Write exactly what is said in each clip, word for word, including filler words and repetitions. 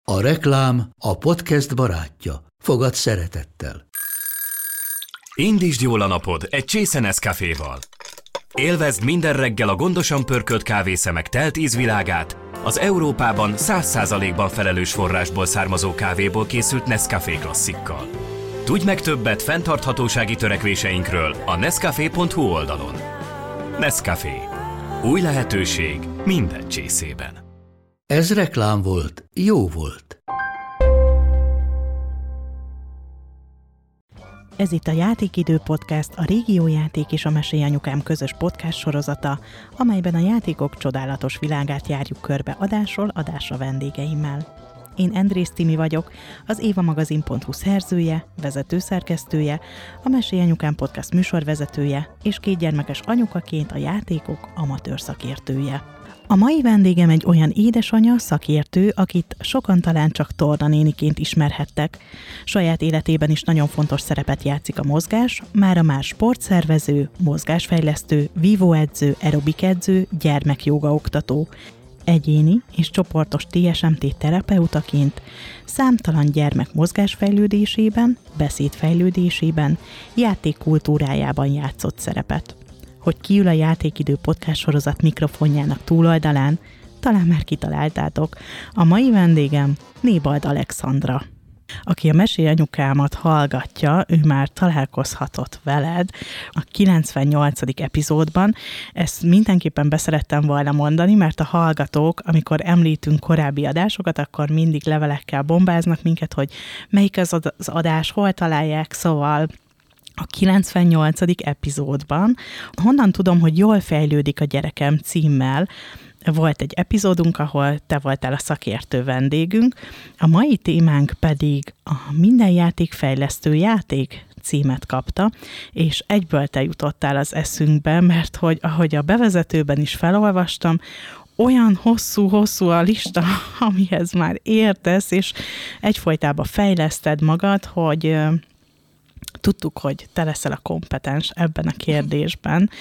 A reklám a podcast barátja. Fogad szeretettel. Indítsd jól a napod egy csésze Nescaféval. Élvezd minden reggel a gondosan pörkölt kávészemek telt ízvilágát, az Európában száz százalékban felelős forrásból származó kávéból készült Nescafé klasszikkal. Tudj meg többet fenntarthatósági törekvéseinkről a nescafé pont hu oldalon. Nescafé. Új lehetőség minden csészében. Ez reklám volt, jó volt. Ez itt a Játékidő Podcast, a Régiójáték és a Mesélyanyukám közös podcast sorozata, amelyben a játékok csodálatos világát járjuk körbe adásról adásra vendégeimmel. Én Endrész Timi vagyok, az évamagazin pont hu szerzője, vezetőszerkesztője, a Mesélyanyukám podcast műsorvezetője, és kétgyermekes anyukaként a játékok amatőr szakértője. A mai vendégem egy olyan édesanya, szakértő, akit sokan talán csak tornanéniként ismerhettek. Saját életében is nagyon fontos szerepet játszik a mozgás, mára már sportszervező, mozgásfejlesztő, vívóedző, aerobikedző, gyermekjógaoktató. Egyéni és csoportos té es em té terapeutaként számtalan gyermek mozgásfejlődésében, beszédfejlődésében, játékkultúrájában játszott szerepet. Hogy ki ül a Játékidő podcast sorozat mikrofonjának túloldalán, talán már kitaláltátok. A mai vendégem Nébald Alexandra. Aki a Mesélyanyukámat hallgatja, ő már találkozhatott veled a kilencvennyolcadik epizódban. Ezt mindenképpen beszerettem volna mondani, mert a hallgatók, amikor említünk korábbi adásokat, akkor mindig levelekkel bombáznak minket, hogy melyik az az adás, hol találják, szóval a kilencvennyolcadik epizódban. Honnan tudom, hogy jól fejlődik a gyerekem címmel, volt egy epizódunk, ahol te voltál a szakértő vendégünk, a mai témánk pedig a Minden játék fejlesztő játék címet kapta, és egyből te jutottál az eszünkbe, mert hogy ahogy a bevezetőben is felolvastam, olyan hosszú-hosszú a lista, amihez már értesz, és egyfolytában fejleszted magad, hogy tudtuk, hogy te leszel a kompetens ebben a kérdésben,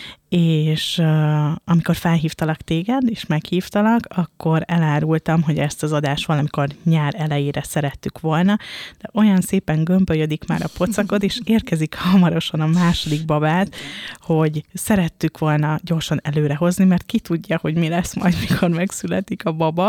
és uh, amikor felhívtalak téged, és meghívtalak, akkor elárultam, hogy ezt az adást valamikor nyár elejére szerettük volna, de olyan szépen gömbölyödik már a pocakod, és érkezik hamarosan a második babád, hogy szerettük volna gyorsan előrehozni, mert ki tudja, hogy mi lesz majd, mikor megszületik a baba,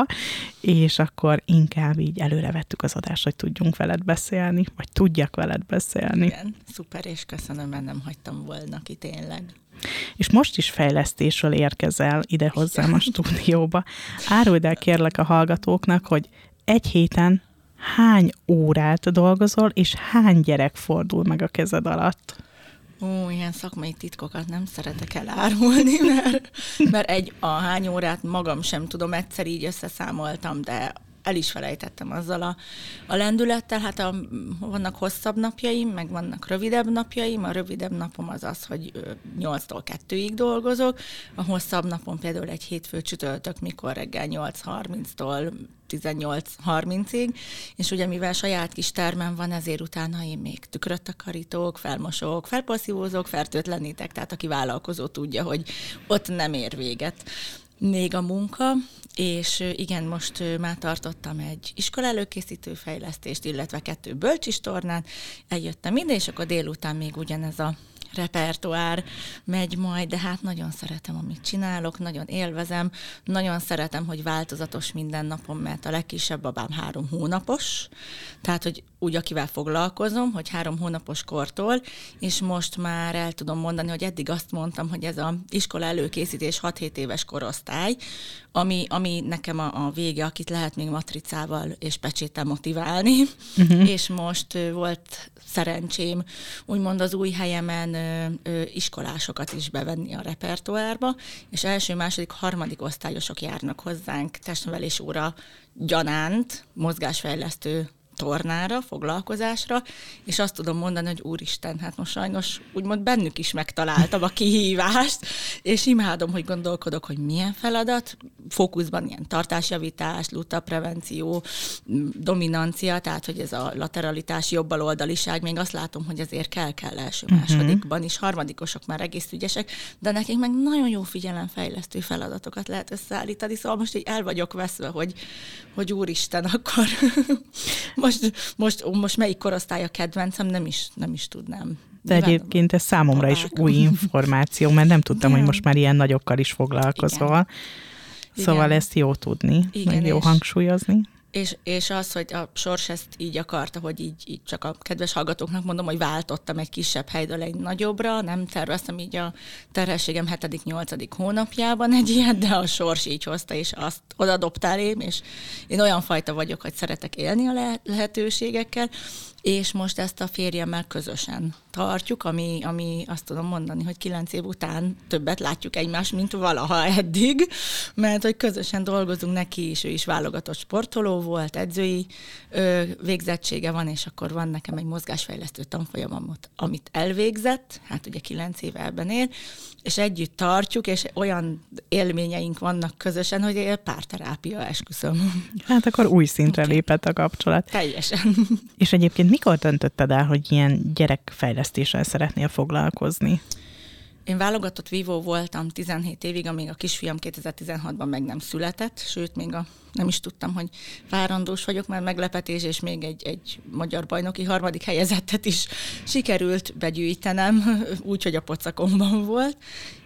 és akkor inkább így előrevettük az adást, hogy tudjunk veled beszélni, vagy tudjak veled beszélni. Igen, szuper, és köszönöm, mert nem hagytam volna ki tényleg. És most is fejlesztésről érkezel ide hozzám a stúdióba. Áruld el kérlek a hallgatóknak, hogy egy héten hány órát dolgozol, és hány gyerek fordul meg a kezed alatt? Ó, ilyen szakmai titkokat nem szeretek elárulni, mert, mert egy a hány órát magam sem tudom, egyszer így összeszámoltam, de el is felejtettem azzal a, a lendülettel. Hát a, vannak hosszabb napjaim, meg vannak rövidebb napjaim. A rövidebb napom az az, hogy nyolctól kettőig dolgozok. A hosszabb napon például egy hétfő csütörtök, mikor reggel nyolc harminctól tizennyolc harmincig, és ugye mivel saját kis termem van, ezért utána én még tükröt takarítok, felmosok, felporszívózok, fertőtlenítek, tehát aki vállalkozó tudja, hogy ott nem ér véget még a munka, és igen, most már tartottam egy iskola előkészítő fejlesztést, illetve kettő bölcsistornát, eljöttem ide, és akkor délután még ugyanez a repertoár megy majd, de hát nagyon szeretem, amit csinálok, nagyon élvezem, nagyon szeretem, hogy változatos minden napom, mert a legkisebb babám három hónapos, tehát, hogy úgy, akivel foglalkozom, hogy három hónapos kortól, és most már el tudom mondani, hogy eddig azt mondtam, hogy ez az iskola előkészítés hat-hét éves korosztály, ami, ami nekem a, a vége, akit lehet még matricával és pecséttel motiválni, uh-huh. és most ö, volt szerencsém úgymond az új helyemen ö, ö, iskolásokat is bevenni a repertoárba, és első, második, harmadik osztályosok járnak hozzánk testnevelés óra gyanánt, mozgásfejlesztő tornára, foglalkozásra, és azt tudom mondani, hogy úristen, hát most sajnos úgymond bennük is megtaláltam a kihívást, és imádom, hogy gondolkodok, hogy milyen feladat, fókuszban ilyen tartásjavítás, lutaprevenció, dominancia, tehát hogy ez a lateralitás, jobbaloldaliság, még azt látom, hogy azért kell-kell első másodikban is, harmadikosok már egész ügyesek, de nekik meg nagyon jó figyelemfejlesztő feladatokat lehet összeállítani, szóval most így el vagyok veszve, hogy, hogy úristen, akkor most, most, most melyik korosztály a kedvencem, nem is, nem is tudnám. De egyébként ez számomra is új információ, mert nem tudtam, igen. hogy most már ilyen nagyokkal is foglalkozol. Igen. Szóval igen. ezt jó tudni, igen, meg jó és, hangsúlyozni. És, és az, hogy a sors ezt így akarta, hogy így, így csak a kedves hallgatóknak mondom, hogy váltottam egy kisebb helyről egy nagyobbra, nem terveztem így a terhességem hetedik-nyolcadik hónapjában egy ilyet, de a sors így hozta, és azt oda dobta elém, és én olyan fajta vagyok, hogy szeretek élni a lehetőségekkel, és most ezt a férjemmel közösen tartjuk, ami, ami azt tudom mondani, hogy kilenc év után többet látjuk egymást, mint valaha eddig, mert hogy közösen dolgozunk neki is, ő is válogatott sportoló volt, edzői ö, végzettsége van, és akkor van nekem egy mozgásfejlesztő tanfolyamot, amit elvégzett, hát ugye kilenc éve ebben él, és együtt tartjuk, és olyan élményeink vannak közösen, hogy párterápia, esküszöm. Hát akkor új szintre okay. lépett a kapcsolat. Teljesen. És egyébként mikor döntötted el, hogy ilyen gyerekfejlesztéssel szeretnél foglalkozni? Én válogatott vívó voltam tizenhét évig, amíg a kisfiam kétezer-tizenhatban meg nem született, sőt, még a, nem is tudtam, hogy várandós vagyok, mert meglepetés, és még egy, egy magyar bajnoki harmadik helyezettet is sikerült begyűjtenem, úgyhogy a pocakomban volt,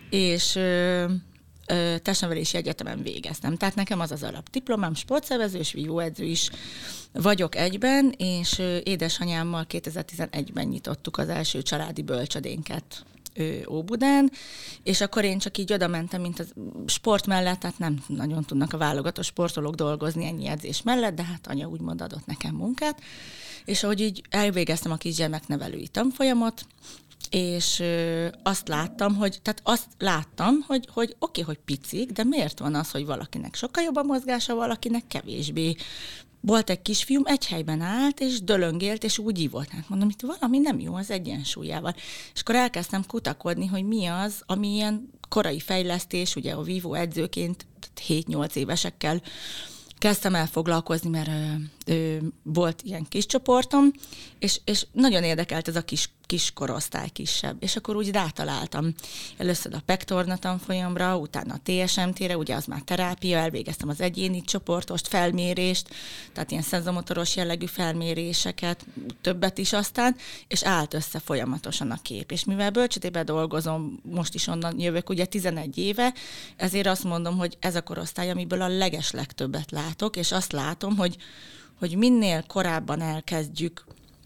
és ö, ö, testnevelési egyetemen végeztem. Tehát nekem az az alapdiplomám, sportszervező és vívóedző is vagyok egyben, és ö, édesanyámmal kétezer-tizenegyben nyitottuk az első családi bölcsödénket Óbudán, és akkor én csak így oda mentem, mint a sport mellett, tehát nem nagyon tudnak a válogatott sportolók dolgozni ennyi edzés mellett, de hát anya úgymond adott nekem munkát, és ahogy így elvégeztem a kisgyermeknevelői tanfolyamot, és ö, azt láttam, hogy, tehát azt láttam, hogy, hogy oké, okay, hogy picik, de miért van az, hogy valakinek sokkal jobb a mozgása, valakinek kevésbé. Volt egy kisfiúm, egy helyben állt, és dölöngélt, és úgy ívott. Hát mondom, itt valami nem jó az egyensúlyával. És akkor elkezdtem kutakodni, hogy mi az, ami ilyen korai fejlesztés, ugye a vívó edzőként hét-nyolc évesekkel kezdtem el foglalkozni, mert ö, ö, volt ilyen kis csoportom, és, és nagyon érdekelt ez a kis, kis korosztály kisebb. És akkor úgy rátaláltam először a pektorna tanfolyamra, utána a té es em té-re, ugye az már terápia, elvégeztem az egyéni csoportost, felmérést, tehát ilyen szenzomotoros jellegű felméréseket, többet is aztán, és állt össze folyamatosan a kép. És mivel bölcsödében dolgozom, most is onnan jövök, ugye tizenegy éve, ezért azt mondom, hogy ez a korosztály, amiből a legeslegtöbbet látok, és azt látom, hogy, hogy minél korábban elkezdjük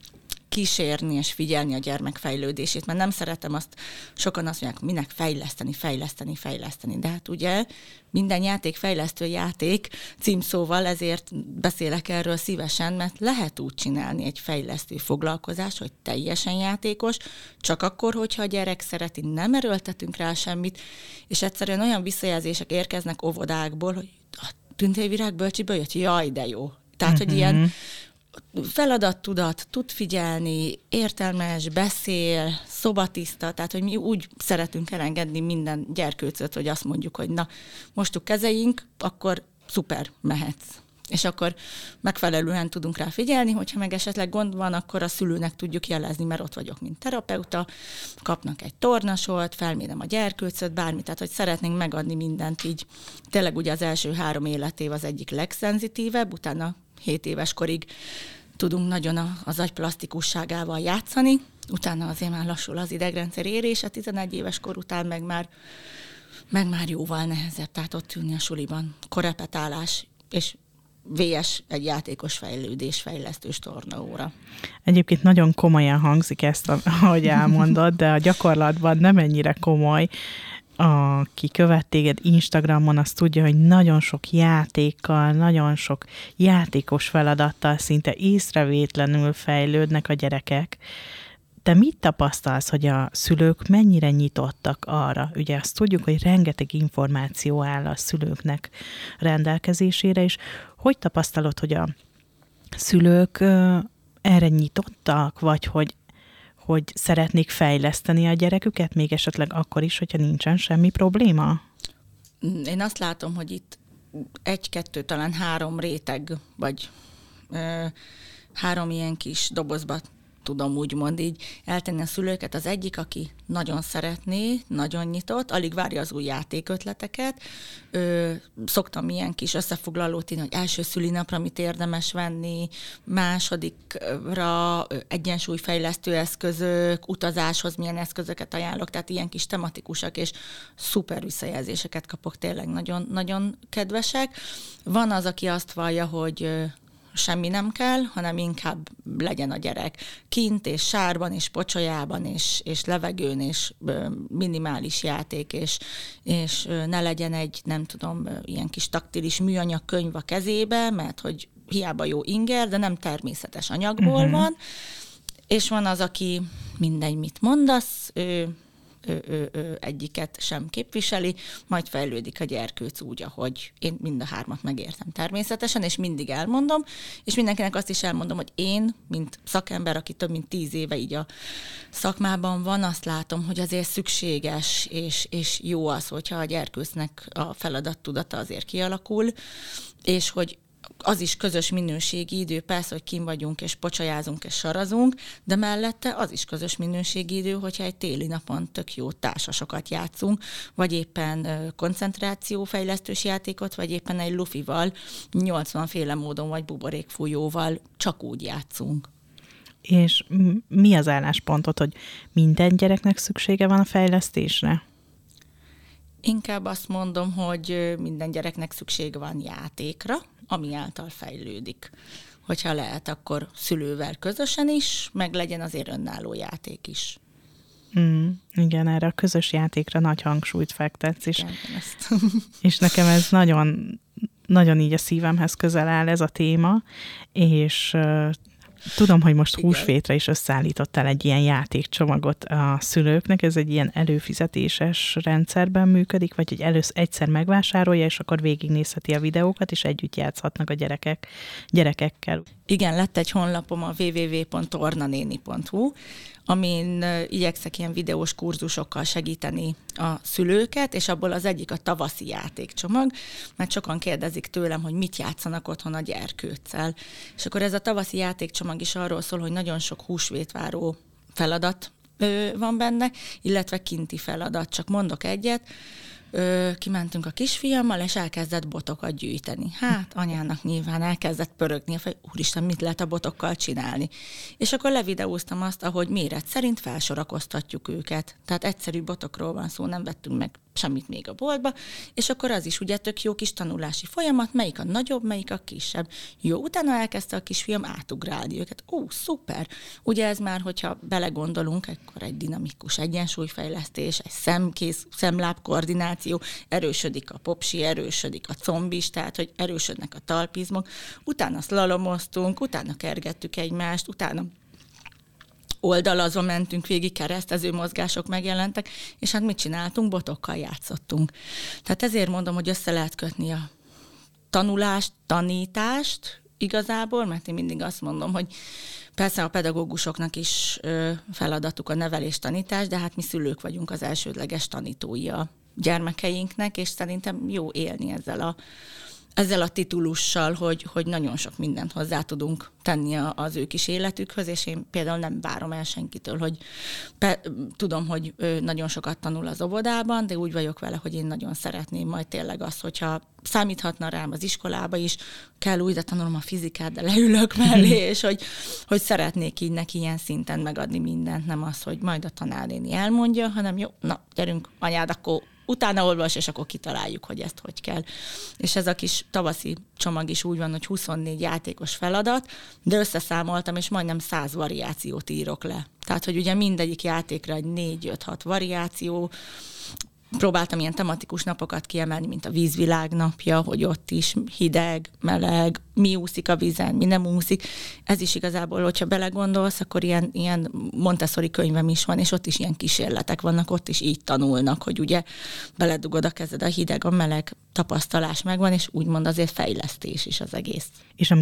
kísérni és figyelni a gyermek fejlődését, mert nem szeretem azt, sokan azt mondják, minek fejleszteni, fejleszteni, fejleszteni, de hát ugye minden játék fejlesztő játék címszóval, ezért beszélek erről szívesen, mert lehet úgy csinálni egy fejlesztő foglalkozást, hogy teljesen játékos, csak akkor, hogyha a gyerek szereti, nem erőltetünk rá semmit, és egyszerűen olyan visszajelzések érkeznek óvodákból, hogy a tündérvirág bölcsiből jött, jaj, de jó. Tehát, mm-hmm. hogy ilyen feladattudat, tud figyelni, értelmes, beszél, szobatiszta, tehát, hogy mi úgy szeretünk elengedni minden gyerkőcöt, hogy azt mondjuk, hogy na, mostuk kezeink, akkor szuper, mehetsz. És akkor megfelelően tudunk rá figyelni, hogyha meg esetleg gond van, akkor a szülőnek tudjuk jelezni, mert ott vagyok, mint terapeuta, kapnak egy tornasort, felmérem a gyerkőcöt, bármit, tehát hogy szeretnénk megadni mindent így. Tényleg ugye az első három életév az egyik legszenzitívebb, utána hét éves korig tudunk nagyon az agy plastikusságával játszani, utána azért már lassul az idegrendszer érése, tizenegy éves kor után meg már, meg már jóval nehezebb, tehát ott ülni a suliban, korrepetálás, és vé es egy játékos fejlődés, fejlesztős tornaóra. Egyébként nagyon komolyan hangzik ezt, ahogy elmondod, de a gyakorlatban nem ennyire komoly. Aki követ téged Instagramon, azt tudja, hogy nagyon sok játékkal, nagyon sok játékos feladattal szinte észrevétlenül fejlődnek a gyerekek. Te mit tapasztalsz, hogy a szülők mennyire nyitottak arra? Ugye azt tudjuk, hogy rengeteg információ áll a szülőknek rendelkezésére, és hogy tapasztalod, hogy a szülők erre nyitottak, vagy hogy, hogy szeretnék fejleszteni a gyereküket, még esetleg akkor is, hogyha nincsen semmi probléma? Én azt látom, hogy itt egy-kettő, talán három réteg, vagy ö, három ilyen kis dobozba tudom úgymond így eltenni a szülőket. Az egyik, aki nagyon szeretné, nagyon nyitott, alig várja az új játékötleteket. Ö, szoktam ilyen kis összefoglalót írni, hogy első szülinapra mit érdemes venni, másodikra egyensúlyfejlesztő eszközök, utazáshoz milyen eszközöket ajánlok, tehát ilyen kis tematikusak, és szuper visszajelzéseket kapok, tényleg nagyon, nagyon kedvesek. Van az, aki azt vallja, hogy semmi nem kell, hanem inkább legyen a gyerek kint, és sárban, és pocsolyában, és, és levegőn, és minimális játék, és, és ne legyen egy, nem tudom, ilyen kis taktilis műanyag könyv a kezébe, mert hogy hiába jó inger, de nem természetes anyagból uh-huh. van. És van az, aki mindegy, mit mondasz, ő Ő, ő, ő egyiket sem képviseli, majd fejlődik a gyerkőc úgy, ahogy én mind a hármat megértem természetesen, és mindig elmondom, és mindenkinek azt is elmondom, hogy én, mint szakember, aki több mint tíz éve így a szakmában van, azt látom, hogy azért szükséges, és, és jó az, hogyha a gyerkőcnek a feladattudata azért kialakul, és hogy az is közös minőségi idő, persze, hogy kim vagyunk, és pocsolyázunk, és sarazunk, de mellette az is közös minőségi idő, hogyha egy téli napon tök jó társasokat játszunk, vagy éppen koncentrációfejlesztős játékot, vagy éppen egy lufival, nyolcvan féle módon, vagy buborékfújóval csak úgy játszunk. És mi az álláspontot, hogy minden gyereknek szüksége van a fejlesztésre? Inkább azt mondom, hogy minden gyereknek szüksége van játékra, ami által fejlődik. Hogyha lehet, akkor szülővel közösen is, meg legyen azért önálló játék is. Mm, igen, erre a közös játékra nagy hangsúlyt fektetsz, és, igen, ezt. és nekem ez nagyon, nagyon így a szívemhez közel áll ez a téma, és uh, tudom, hogy most igen. húsvétre is összeállítottál egy ilyen játékcsomagot a szülőknek, ez egy ilyen előfizetéses rendszerben működik, vagy hogy először egyszer megvásárolja, és akkor végignézheti a videókat, és együtt játszhatnak a gyerekek, gyerekekkel. Igen, lett egy honlapom, a double-u double-u double-u pont tornanéni pont hu, amin igyekszek ilyen videós kurzusokkal segíteni a szülőket, és abból az egyik a tavaszi játékcsomag, mert sokan kérdezik tőlem, hogy mit játszanak otthon a gyerkőccel. És akkor ez a tavaszi játékcsomag is arról szól, hogy nagyon sok húsvétváró feladat van benne, illetve kinti feladat. Csak mondok egyet, Ö, kimentünk a kisfiammal, és elkezdett botokat gyűjteni. Hát anyának nyilván elkezdett pörögni, hogy úristen, mit lehet a botokkal csinálni. És akkor levideóztam azt, ahogy méret szerint felsorakoztatjuk őket. Tehát egyszerű botokról van szó, nem vettünk meg semmit még a boltba, és akkor az is ugye tök jó kis tanulási folyamat, melyik a nagyobb, melyik a kisebb. Jó, utána elkezdte a kisfiam átugrálni őket. Ó, szuper! Ugye ez már, hogyha belegondolunk, akkor egy dinamikus egyensúlyfejlesztés, egy szemkész, szemláb koordináció, erősödik a popsi, erősödik a combis, tehát, hogy erősödnek a talpizmok. Utána szlalomoztunk, utána kergettük egymást, utána oldalazva mentünk végig, keresztező mozgások megjelentek, és hát mit csináltunk? Botokkal játszottunk. Tehát ezért mondom, hogy össze lehet kötni a tanulást, tanítást igazából, mert én mindig azt mondom, hogy persze a pedagógusoknak is feladatuk a nevelés-tanítás, de hát mi szülők vagyunk az elsődleges tanítói a gyermekeinknek, és szerintem jó élni ezzel a ezzel a titulussal, hogy, hogy nagyon sok mindent hozzá tudunk tenni az ő kis életükhöz, és én például nem várom el senkitől, hogy pe, tudom, hogy ő nagyon sokat tanul az óvodában, de úgy vagyok vele, hogy én nagyon szeretném majd tényleg azt, hogyha számíthatna rám az iskolába is, kell újra tanulom a fizikát, de leülök mellé, és hogy, hogy szeretnék így neki ilyen szinten megadni mindent, nem az, hogy majd a tanárnéni elmondja, hanem jó, na, gyerünk, anyád, akkor utána olvas, és akkor kitaláljuk, hogy ezt hogy kell. És ez a kis tavaszi csomag is úgy van, hogy huszonnégy játékos feladat, de összeszámoltam, és majdnem száz variációt írok le. Tehát, hogy ugye mindegyik játékra egy négy öt hat variáció. Próbáltam ilyen tematikus napokat kiemelni, mint a vízvilág napja, hogy ott is hideg, meleg, mi úszik a vízen, mi nem úszik. Ez is igazából, hogyha belegondolsz, akkor ilyen, ilyen Montessori könyvem is van, és ott is ilyen kísérletek vannak, ott is így tanulnak, hogy ugye beledugod a kezed, a hideg, a meleg tapasztalás megvan, és úgymond azért fejlesztés is az egész. És amikor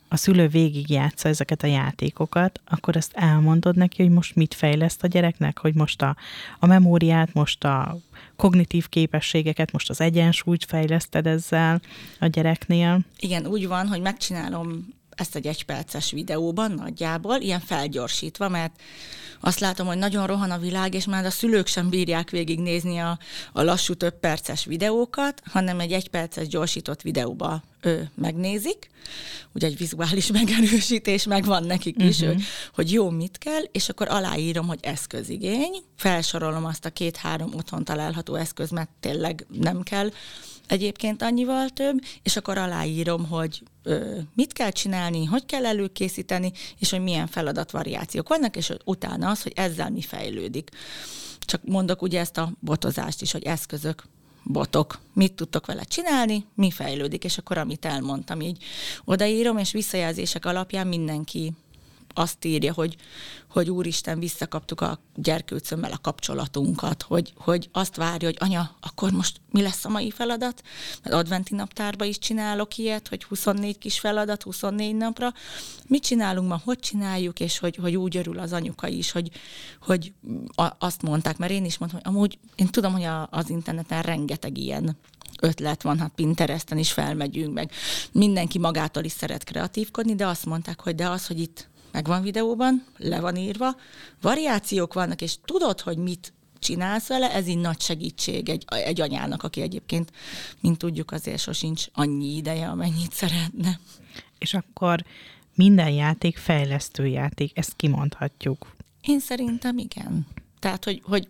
a szülő végigjátsza ezeket a játékokat, akkor ezt elmondod neki, hogy most mit fejleszt a gyereknek, hogy most a, a memóriát, most a kognitív képességeket, most az egyensúlyt fejleszted ezzel a gyereknél. Igen, úgy van, hogy megcsinálom ezt egy egyperces videóban nagyjából, ilyen felgyorsítva, mert azt látom, hogy nagyon rohan a világ, és már a szülők sem bírják végignézni a, a lassú több perces videókat, hanem egy egyperces gyorsított videóba ő megnézik, ugye egy vizuális megerősítés megvan nekik is, uh-huh. hogy, hogy jó, mit kell, és akkor aláírom, hogy eszközigény, felsorolom azt a két-három otthon található eszköz, mert tényleg nem kell egyébként annyival több, és akkor aláírom, hogy ö, mit kell csinálni, hogy kell előkészíteni, és hogy milyen feladatvariációk vannak, és utána az, hogy ezzel mi fejlődik. Csak mondok ugye ezt a botozást is, hogy eszközök, botok, mit tudtok vele csinálni, mi fejlődik, és akkor amit elmondtam, így odaírom, és visszajelzések alapján mindenki azt írja, hogy, hogy úristen, visszakaptuk a gyerkőcömmel a kapcsolatunkat, hogy, hogy azt várja, hogy anya, akkor most mi lesz a mai feladat? Mert adventi naptárba is csinálok ilyet, hogy huszonnégy kis feladat, huszonnégy napra. Mit csinálunk ma, hogy csináljuk, és hogy, hogy úgy örül az anyuka is, hogy, hogy a, azt mondták, mert én is mondtam, hogy amúgy én tudom, hogy a, az interneten rengeteg ilyen ötlet van, hát Pinteresten is felmegyünk, meg mindenki magától is szeret kreatívkodni, de azt mondták, hogy de az, hogy itt meg van videóban, le van írva, variációk vannak, és tudod, hogy mit csinálsz vele, ez így nagy segítség egy, egy anyának, aki egyébként, mint tudjuk, azért sosincs annyi ideje, amennyit szeretne. És akkor minden játék fejlesztő játék, ezt kimondhatjuk. Én szerintem igen. Tehát, hogy, hogy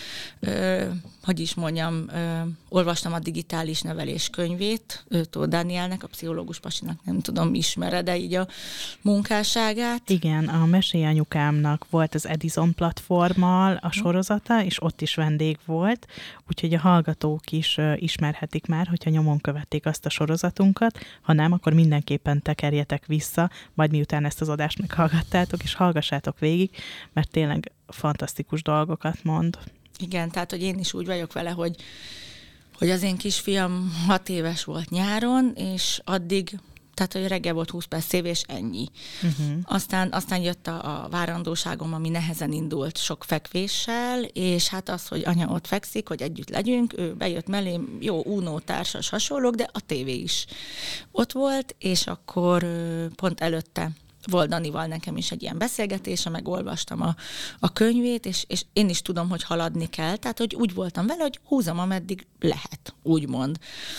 ö, hogy is mondjam, ö, olvastam a digitális nevelés könyvét, Tóth Dánielnek, a pszichológus pasinak, nem tudom, ismered, de így a munkásságát. Igen, a Mesélj anyukámnak volt az Edison platformmal a sorozata, és ott is vendég volt, úgyhogy a hallgatók is ö, ismerhetik már, hogyha nyomon követték azt a sorozatunkat, ha nem, akkor mindenképpen tekerjetek vissza, majd miután ezt az adást meghallgattátok, és hallgassátok végig, mert tényleg fantasztikus dolgokat mond. Igen, tehát, hogy én is úgy vagyok vele, hogy, hogy az én kisfiam hat éves volt nyáron, és addig, tehát, hogy reggel volt húsz perc szév, és ennyi. Uh-huh. Aztán, aztán jött a, a várandóságom, ami nehezen indult sok fekvéssel, és hát az, hogy anya ott fekszik, hogy együtt legyünk, ő bejött mellém, jó, Uno, társas, hasonlók, de a tévé is ott volt, és akkor pont előtte volt Danival nekem is egy ilyen beszélgetése, meg olvastam a, a könyvét, és, és én is tudom, hogy haladni kell, tehát hogy úgy voltam vele, hogy húzom, ameddig lehet, úgymond.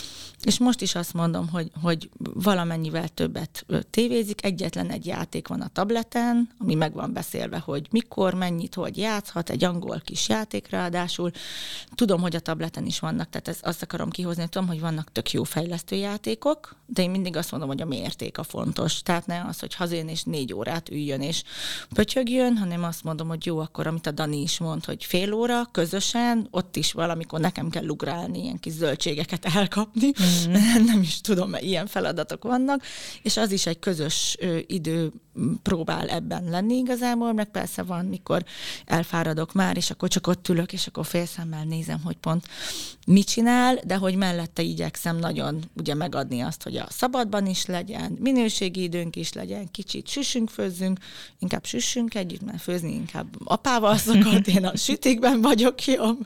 És most is azt mondom, hogy, hogy valamennyivel többet tévézik, egyetlen egy játék van a tableten, ami meg van beszélve, hogy mikor, mennyit, hogy játszhat, egy angol kis játék ráadásul. Tudom, hogy a tableten is vannak, tehát ezt azt akarom kihozni, hogy tudom, hogy vannak tök jó fejlesztő játékok, de én mindig azt mondom, hogy a mérték a fontos. Tehát ne az, hogy hazajön és négy órát üljön és pötyögjön, hanem azt mondom, hogy jó, akkor amit a Dani is mond, hogy fél óra közösen, ott is valamikor nekem kell ugrálni, ilyen kis zöldségeket elkapni, mm. nem is tudom, mert ilyen feladatok vannak, és az is egy közös ö, idő próbál ebben lenni igazából, meg persze van, mikor elfáradok már, és akkor csak ott ülök, és akkor félszemmel nézem, hogy pont mit csinál, de hogy mellette igyekszem nagyon ugye megadni azt, hogy a szabadban is legyen, minőségi időnk is legyen, kicsit süssünk, főzzünk, inkább süssünk együtt, mert főzni inkább apával szokott, én a sütikben vagyok jobb.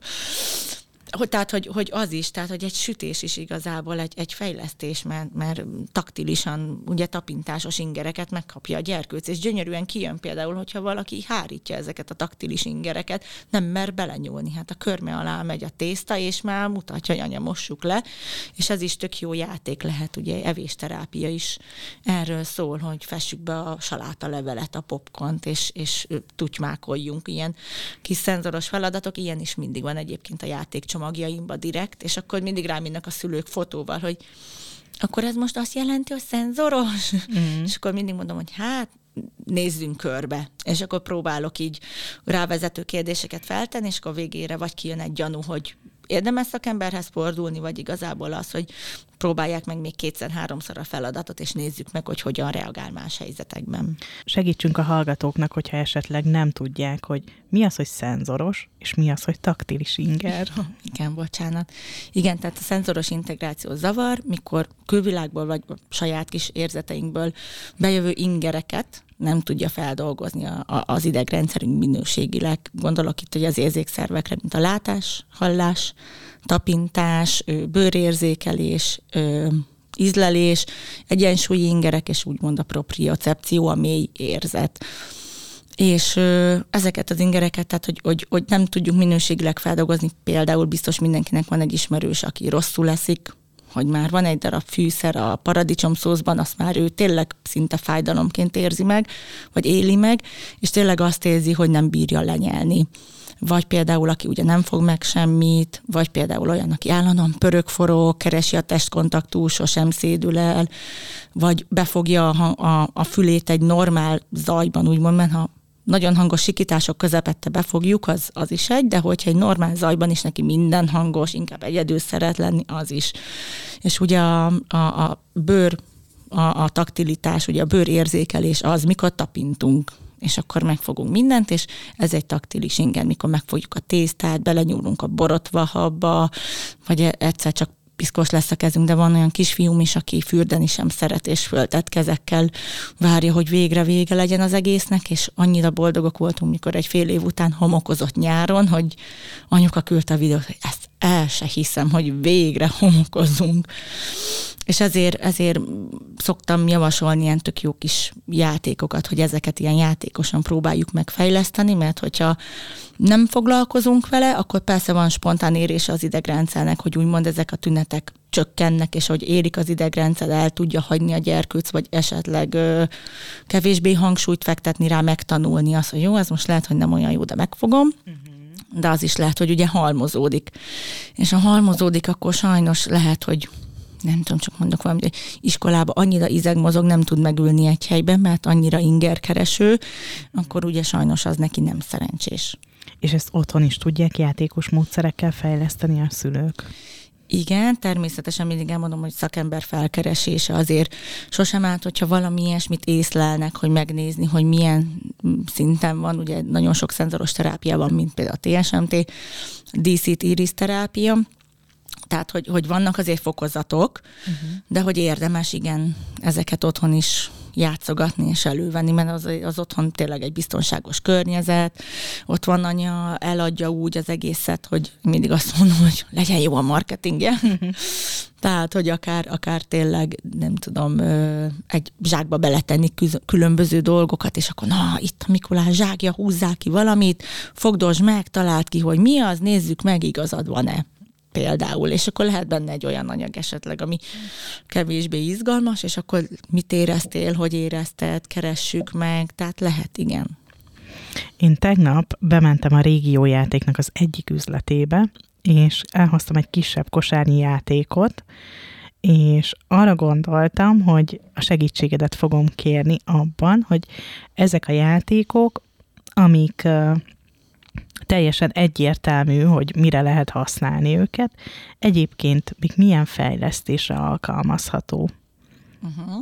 Hogy, tehát, hogy, hogy az is, tehát, hogy egy sütés is igazából egy, egy fejlesztés, mert, mert taktilisan, ugye tapintásos ingereket megkapja a gyerkőc, és gyönyörűen kijön például, hogyha valaki hárítja ezeket a taktilis ingereket, nem mer belenyúlni. Hát a körme alá megy a tészta, és már mutatja, hogy anya, mossuk le, és ez is tök jó játék lehet, ugye evésterápia is erről szól, hogy fessük be a salátalevelet, a popcornt, és, és tutymákoljunk, ilyen kis szenzoros feladatok, ilyen is mindig van egyébként a játék magjaimba direkt, és akkor mindig ráminnak a szülők fotóval, hogy akkor ez most azt jelenti, hogy szenzoros? Mm. És akkor mindig mondom, hogy hát nézzünk körbe. És akkor próbálok így rávezető kérdéseket feltenni, és akkor végére vagy kijön egy gyanú, hogy érdemes szakemberhez fordulni, vagy igazából az, hogy próbálják meg még kétszer-háromszor a feladatot, és nézzük meg, hogy hogyan reagál más helyzetekben. Segítsünk a hallgatóknak, hogyha esetleg nem tudják, hogy mi az, hogy szenzoros, és mi az, hogy taktilis inger. Igen, bocsánat. Igen, tehát a szenzoros integráció zavar, mikor külvilágból vagy saját kis érzeteinkből bejövő ingereket nem tudja feldolgozni a, a, az idegrendszerünk minőségileg. Gondolok itt hogy az érzékszervekre, mint a látás, hallás, tapintás, bőrérzékelés, ízlelés, egyensúlyi ingerek, és úgymond a propriocepció, a mély érzet. És ö, ezeket az ingereket, tehát hogy, hogy, hogy nem tudjuk minőségileg feldolgozni, például biztos mindenkinek van egy ismerős, aki rosszul eszik, hogy már van egy darab fűszer a paradicsomszószban, azt már ő tényleg szinte fájdalomként érzi meg, vagy éli meg, és tényleg azt érzi, hogy nem bírja lenyelni. Vagy például, aki ugye nem fog meg semmit, vagy például olyan, aki állandóan pörög, forog, keresi a testkontaktust, sosem szédül el, vagy befogja a, a, a fülét egy normál zajban, úgymond, mert ha nagyon hangos sikítások közepette befogjuk, az, az is egy, de hogyha egy normál zajban is neki minden hangos, inkább egyedül szeret lenni, az is. És ugye a, a, a bőr, a, a taktilitás, ugye a bőrérzékelés az, mikor tapintunk, és akkor megfogunk mindent, és ez egy taktilis inger, mikor megfogjuk a tésztát, belenyúlunk a borotvahabba, vagy egyszer csak piszkos lesz a kezünk, de van olyan kisfiúm is, aki fürdeni sem szeret, és föltett kezekkel várja, hogy végre vége legyen az egésznek, és annyira boldogok voltunk, mikor egy fél év után homokozott nyáron, hogy anyuka küldte a videót, hogy ezt el se hiszem, hogy végre homokozunk. És ezért, ezért szoktam javasolni ilyen tök jó kis játékokat, hogy ezeket ilyen játékosan próbáljuk megfejleszteni, mert hogyha nem foglalkozunk vele, akkor persze van spontán érése az idegrendszernek, hogy úgymond ezek a tünetek csökkennek, és hogy érik az idegrendszer, el tudja hagyni a gyerkőc, vagy esetleg ö, kevésbé hangsúlyt fektetni rá, megtanulni azt, hogy jó, ez most lehet, hogy nem olyan jó, de megfogom. Uh-huh. De az is lehet, hogy ugye halmozódik. És ha halmozódik, akkor sajnos lehet, hogy nem tudom, csak mondok valamit, hogy iskolában annyira izeg mozog, nem tud megülni egy helyben, mert annyira ingerkereső, akkor ugye sajnos az neki nem szerencsés. És ezt otthon is tudják játékos módszerekkel fejleszteni a szülők? Igen, természetesen mindig elmondom, hogy szakember felkeresése azért sosem árt, hogyha valami ilyesmit észlelnek, hogy megnézni, hogy milyen szinten van. Ugye nagyon sok szenzoros terápia van, mint például a té es em té, dé cé-t iris terápia, tehát, hogy, hogy vannak azért fokozatok, uh-huh. de hogy érdemes, igen, ezeket otthon is játszogatni és elővenni, mert az, az otthon tényleg egy biztonságos környezet, ott van anya, eladja úgy az egészet, hogy mindig azt mondom, hogy legyen jó a marketingje. Uh-huh. Tehát, hogy akár, akár tényleg, nem tudom, egy zsákba beletenni különböző dolgokat, és akkor na, itt a Mikulás zsákja, húzzál ki valamit, fogdosd meg, találd ki, hogy mi az, nézzük meg, igazad van-e. Például, és akkor lehet benne egy olyan anyag esetleg, ami kevésbé izgalmas, és akkor mit éreztél, hogy érezted, keressük meg, tehát lehet, igen. Én tegnap bementem a régiójátéknak az egyik üzletébe, és elhoztam egy kisebb kosárnyi játékot, és arra gondoltam, hogy a segítségedet fogom kérni abban, hogy ezek a játékok, amik teljesen egyértelmű, hogy mire lehet használni őket. Egyébként még milyen fejlesztésre alkalmazható. Uh-huh.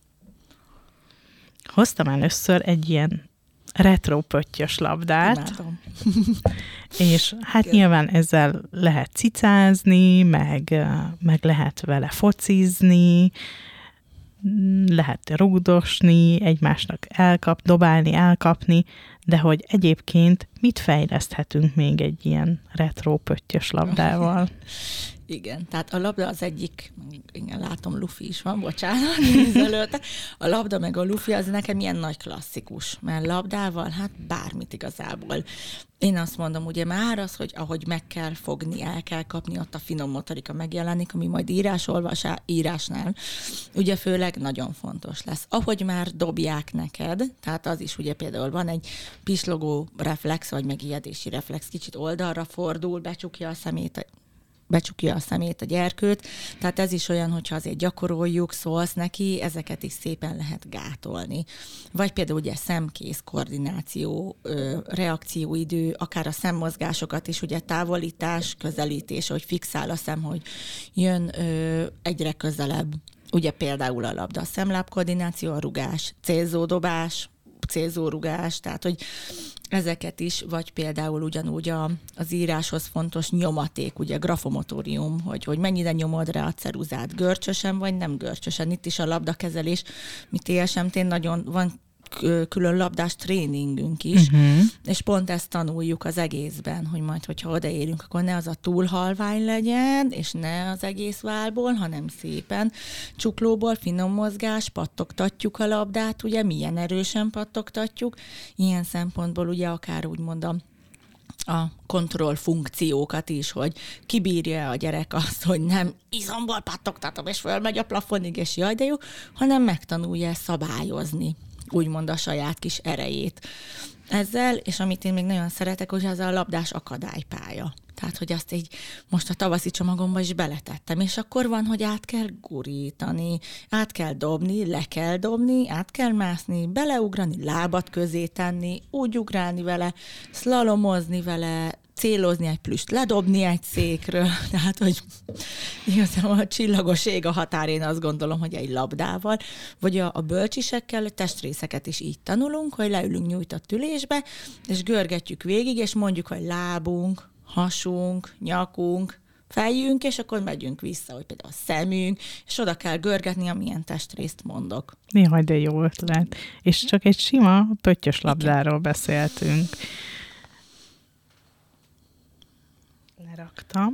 Hoztam először egy ilyen retro pöttyös labdát, és hát igen. Nyilván ezzel lehet cicázni, meg, meg lehet vele focizni, lehet rúgdosni, egymásnak elkap, dobálni, elkapni, de hogy egyébként mit fejleszthetünk még egy ilyen retro pöttyös labdával? Igen, tehát a labda az egyik, igen, látom, lufi is van, bocsánat, nézelőtte. A labda meg a lufi az nekem ilyen nagy klasszikus, mert labdával, hát bármit igazából. Én azt mondom, ugye már az, hogy ahogy meg kell fogni, el kell kapni, ott a finom motorika megjelenik, ami majd írásolvasá, írásnál, ugye főleg nagyon fontos lesz. Ahogy már dobják neked, tehát az is ugye például van egy pislogó reflex, vagy megijedési reflex, kicsit oldalra fordul, becsukja a szemét, becsukja a szemét, a gyerkőt, tehát ez is olyan, hogyha azért gyakoroljuk, szólsz neki, ezeket is szépen lehet gátolni. Vagy például ugye szemkész koordináció, reakcióidő, akár a szemmozgásokat is, ugye távolítás, közelítés, hogy fixál a szem, hogy jön egyre közelebb. Ugye például a labda, a szemlábkoordináció, a rugás, célzódobás, célzórugás, tehát hogy ezeket is, vagy például ugyanúgy a, az íráshoz fontos nyomaték, ugye grafomotórium, hogy, hogy mennyire nyomod rá a ceruzát, görcsösen vagy nem görcsösen. Itt is a labdakezelés, mi té es em té nagyon van külön labdás tréningünk is, uh-huh. és pont ezt tanuljuk az egészben, hogy majd, hogyha odaérünk, akkor ne az a túl halvány legyen, és ne az egész válból, hanem szépen csuklóból, finom mozgás, pattogtatjuk a labdát, ugye, milyen erősen pattogtatjuk, ilyen szempontból ugye akár úgymond a a kontrollfunkciókat is, hogy kibírja a gyerek azt, hogy nem izomból pattogtatom, és fölmegy a plafonig, és jaj, de jó, hanem megtanulja szabályozni, úgymond a saját kis erejét. Ezzel, és amit én még nagyon szeretek, hogy az a labdás akadálypálya. Tehát, hogy azt így most a tavaszi csomagomba is beletettem, és akkor van, hogy át kell gurítani, át kell dobni, le kell dobni, át kell mászni, beleugrani, lábat közé tenni, úgy ugrálni vele, szlalomozni vele, célozni egy plüst, ledobni egy székről, tehát, hogy igazából a csillagos ég a határ, én azt gondolom, hogy egy labdával, vagy a, a bölcsisekkel testrészeket is így tanulunk, hogy leülünk nyújtott ülésbe, és görgetjük végig, és mondjuk, hogy lábunk, hasunk, nyakunk, fejünk, és akkor megyünk vissza, hogy például a szemünk, és oda kell görgetni, amilyen testrészt mondok. Jaj, de jó ötlet. És csak egy sima pöttyös labdáról igen. beszéltünk. Leraktam,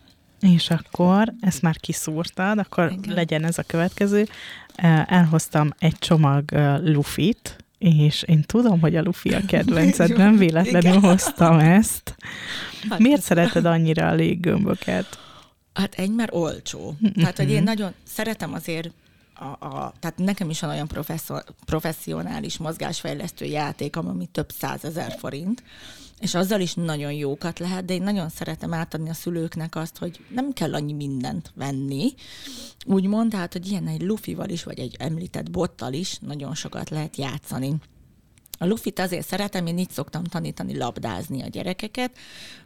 és akkor ezt már kiszúrtad, akkor igen. legyen ez a következő. Elhoztam egy csomag lufit, és én tudom, hogy a lufi a kedvenced, nem véletlenül igen. hoztam ezt. Hát miért szereted annyira a léggömböket? Hát egy, mert olcsó. Tehát, hogy én nagyon szeretem azért, a, a, tehát nekem is van olyan professzionális mozgásfejlesztő játék, ami több százezer forint, és azzal is nagyon jókat lehet, de én nagyon szeretem átadni a szülőknek azt, hogy nem kell annyi mindent venni, úgymond, tehát, hogy ilyen egy lufival is, vagy egy említett bottal is nagyon sokat lehet játszani. A lufit azért szeretem, én így szoktam tanítani labdázni a gyerekeket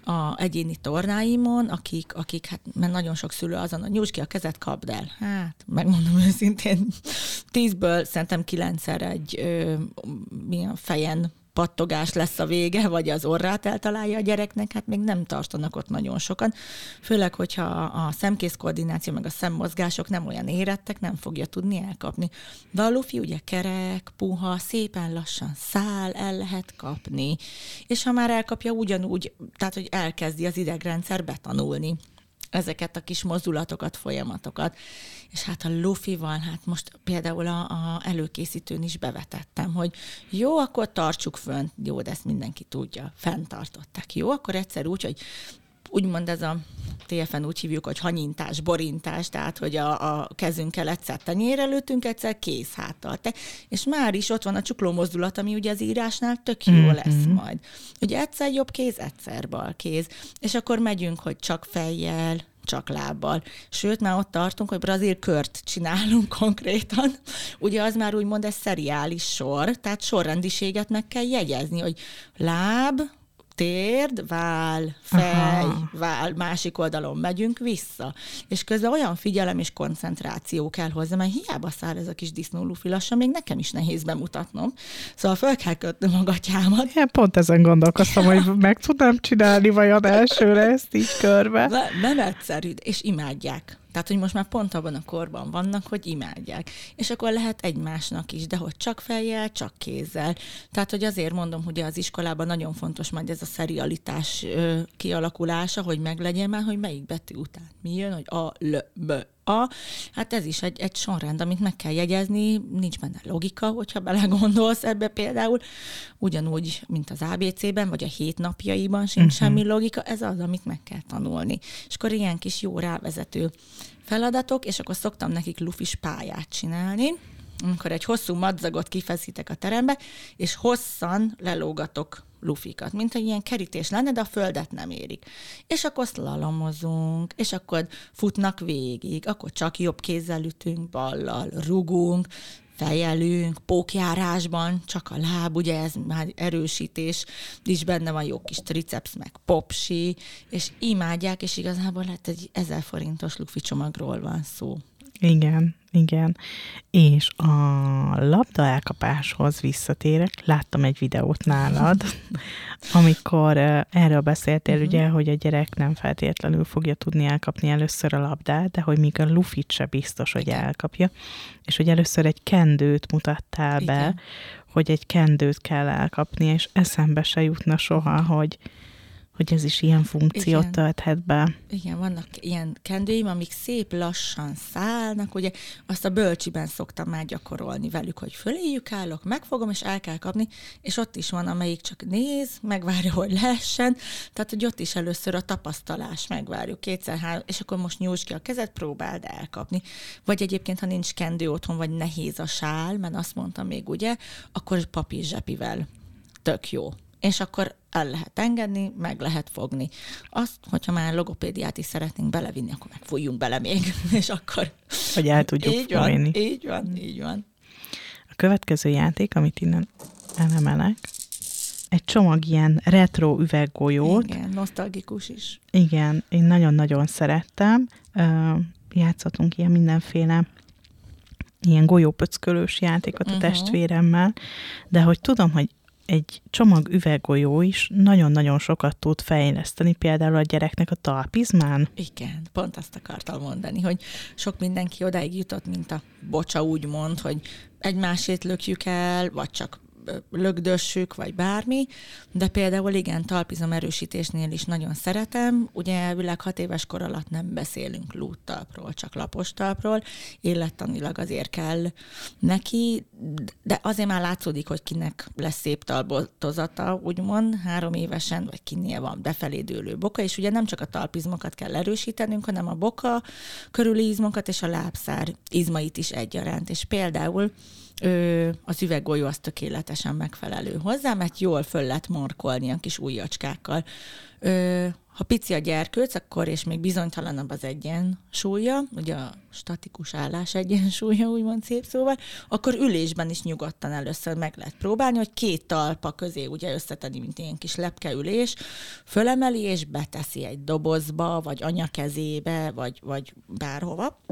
a egyéni tornáimon, akik, akik hát, mert nagyon sok szülő azon, hogy nyújtsd ki a kezed, kapd el. Hát, megmondom őszintén, tízből szerintem kilencszer egy ö, milyen fejen pattogás lesz a vége, vagy az orrát eltalálja a gyereknek, hát még nem tartanak ott nagyon sokan. Főleg, hogyha a szemkész koordináció, meg a szemmozgások nem olyan érettek, nem fogja tudni elkapni. De a lufi ugye kerek, puha, szépen lassan száll, el lehet kapni. És ha már elkapja, ugyanúgy, tehát, hogy elkezdi az idegrendszer betanulni ezeket a kis mozdulatokat, folyamatokat. És hát a lufival, hát most például a, a előkészítőn is bevetettem, hogy jó, akkor tartsuk fönt, jó, de ezt mindenki tudja, fenntartották. Jó, akkor egyszer úgy, hogy úgymond ez a té ef en úgy hívjuk, hogy hanyintás, borintás, tehát, hogy a, a kezünkkel egyszer tenyérre lőttünk, egyszer kézháttal. Te, és már is ott van a csukló mozdulat, ami ugye az írásnál tök jó mm-hmm. lesz majd. Ugye egyszer jobb kéz, egyszer bal kéz. És akkor megyünk, hogy csak fejjel, csak lábbal. Sőt, már ott tartunk, hogy brazil kört csinálunk konkrétan. Ugye az már úgymond egy szeriális sor, tehát sorrendiséget meg kell jegyezni, hogy láb, térd, váll, fej, aha. váll, másik oldalon megyünk vissza. És közben olyan figyelem és koncentráció kell hozzá, mert hiába száll ez a kis disznólufi lassan, még nekem is nehéz bemutatnom. Szóval fel kell kötnöm a gatyámat. Én pont ezen gondolkoztam, hogy meg tudnám csinálni vajon elsőre ezt így körbe. Ne, nem egyszerű, és imádják. Tehát, hogy most már pont abban a korban vannak, hogy imádják. És akkor lehet egymásnak is, de hogy csak fejjel, csak kézzel. Tehát, hogy azért mondom, hogy az iskolában nagyon fontos majd ez a szerialitás ö, kialakulása, hogy meglegyen már, hogy melyik betű után mi jön, hogy a, l, b, a. Hát ez is egy, egy sorrend, amit meg kell jegyezni, nincs benne logika, hogyha belegondolsz ebbe például. Ugyanúgy, mint az á bé cében, vagy a hét napjaiban sincs uh-huh. semmi logika, ez az, amit meg kell tanulni. És akkor ilyen kis jó rávezető feladatok, és akkor szoktam nekik lufis pályát csinálni, amikor egy hosszú madzagot kifeszítek a terembe, és hosszan lelógatok lufikat, mint egy ilyen kerítés lenne, de a földet nem érik. És akkor szlalomozunk, és akkor futnak végig, akkor csak jobb kézzel ütünk, ballal, rugunk, fejelünk, pókjárásban, csak a láb, ugye ez már erősítés, is benne van, jó kis triceps, meg popsi, és imádják, és igazából hát egy ezer forintos lufi csomagról van szó. Igen, igen. És a labda elkapáshoz visszatérek, láttam egy videót nálad, amikor erről beszéltél, uh-huh. ugye, hogy a gyerek nem feltétlenül fogja tudni elkapni először a labdát, de hogy még a lufit se biztos, hogy igen. elkapja, és hogy először egy kendőt mutattál igen. be, hogy egy kendőt kell elkapni, és eszembe se jutna soha, hogy hogy ez is ilyen funkciót igen. tölthet be. Igen, vannak ilyen kendőim, amik szép lassan szállnak, ugye azt a bölcsiben szoktam már gyakorolni velük, hogy föléjük állok, megfogom, és el kell kapni, és ott is van, amelyik csak néz, megvárja, hogy lehessen, tehát, hogy ott is először a tapasztalás megvárjuk, kétszer-három, és akkor most nyújtsd ki a kezed, próbáld elkapni. Vagy egyébként, ha nincs kendő otthon, vagy nehéz a sál, mert azt mondtam még, ugye, akkor papír zsepivel tök jó. És akkor el lehet engedni, meg lehet fogni. Azt, hogyha már logopédiát is szeretnénk belevinni, akkor meg fújjunk bele még, és akkor... Hogy el tudjuk így fújni. Van, így van, így van. A következő játék, amit innen elemelek, egy csomag ilyen retro üveggolyót. Igen, nosztalgikus is. Igen, én nagyon-nagyon szerettem. Játszottunk ilyen mindenféle ilyen golyópöckölős játékot a uh-huh. testvéremmel, de hogy tudom, hogy egy csomag üveggolyó is nagyon-nagyon sokat tud fejleszteni, például a gyereknek a talpizmán. Igen, pont azt akartam mondani, hogy sok mindenki odáig jutott, mint a bocsa úgymond, hogy egymásét lökjük el, vagy csak lögdössük, vagy bármi, de például igen, talpizom erősítésnél is nagyon szeretem. Ugye elvileg hat éves kor alatt nem beszélünk lúttalpról, csak lapos talpról, élettanilag azért kell neki, de azért már látszódik, hogy kinek lesz szép talpozata, úgymond, három évesen, vagy kinél van befelé dőlő boka, és ugye nem csak a talpizmokat kell erősítenünk, hanem a boka körüli izmokat és a lábszár izmait is egyaránt, és például Ö, az üveggolyó az tökéletesen megfelelő hozzá, mert jól föl lehet markolni a kis ujjacskákkal. Ö, ha pici a gyerkőc, akkor és még bizonytalanabb az egyensúlya, ugye a statikus állás egyensúlya, úgymond szép szóval, akkor ülésben is nyugodtan először meg lehet próbálni, hogy két talpa közé ugye összetenni, mint ilyen kis lepkeülés, fölemeli és beteszi egy dobozba, vagy anya kezébe, vagy, vagy bárhova,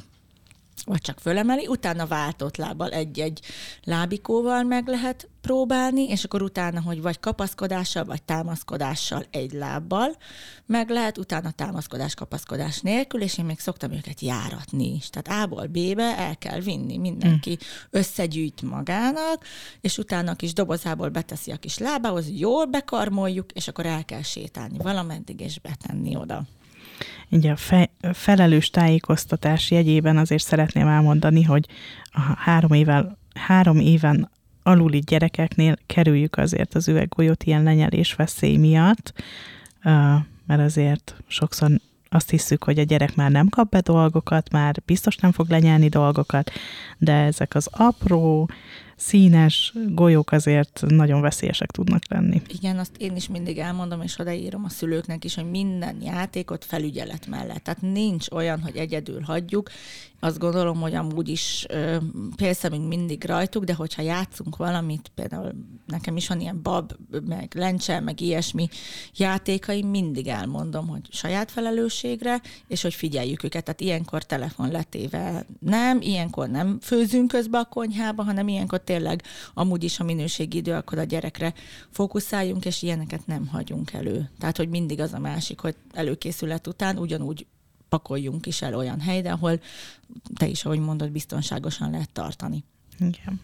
vagy csak fölemeli, utána váltott lábbal egy-egy lábikóval meg lehet próbálni, és akkor utána, hogy vagy kapaszkodással, vagy támaszkodással egy lábbal meg lehet, utána támaszkodás-kapaszkodás nélkül, és én még szoktam őket járatni is. Tehát A-ból B-be el kell vinni, mindenki mm. összegyűjt magának, és utána a kis dobozából beteszi a kis lábához, jól bekarmoljuk, és akkor el kell sétálni valameddig, és betenni oda. Így a fe, felelős tájékoztatás jegyében azért szeretném elmondani, hogy a három, évvel, három éven aluli gyerekeknél kerüljük azért az üveggolyót ilyen lenyelés veszély miatt, mert azért sokszor azt hiszük, hogy a gyerek már nem kap be dolgokat, már biztos nem fog lenyelni dolgokat, de ezek az apró, színes golyók azért nagyon veszélyesek tudnak lenni. Igen, azt én is mindig elmondom, és odaírom a szülőknek is, hogy minden játékot felügyelet mellett. Tehát nincs olyan, hogy egyedül hagyjuk. Azt gondolom, hogy amúgy is pélszemünk mindig rajtuk, de hogyha játszunk valamit, például nekem is van ilyen bab, meg lencse, meg ilyesmi játékaim, mindig elmondom, hogy saját felelősségre, és hogy figyeljük őket. Tehát ilyenkor telefon letéve nem, ilyenkor nem főzünk közbe a konyhába, hanem ilyenkor tényleg amúgy is a minőségi idő, akkor a gyerekre fókuszáljunk, és ilyeneket nem hagyunk elő. Tehát, hogy mindig az a másik, hogy előkészület után ugyanúgy pakoljunk is el olyan helyre, ahol te is, ahogy mondod, biztonságosan lehet tartani. Igen.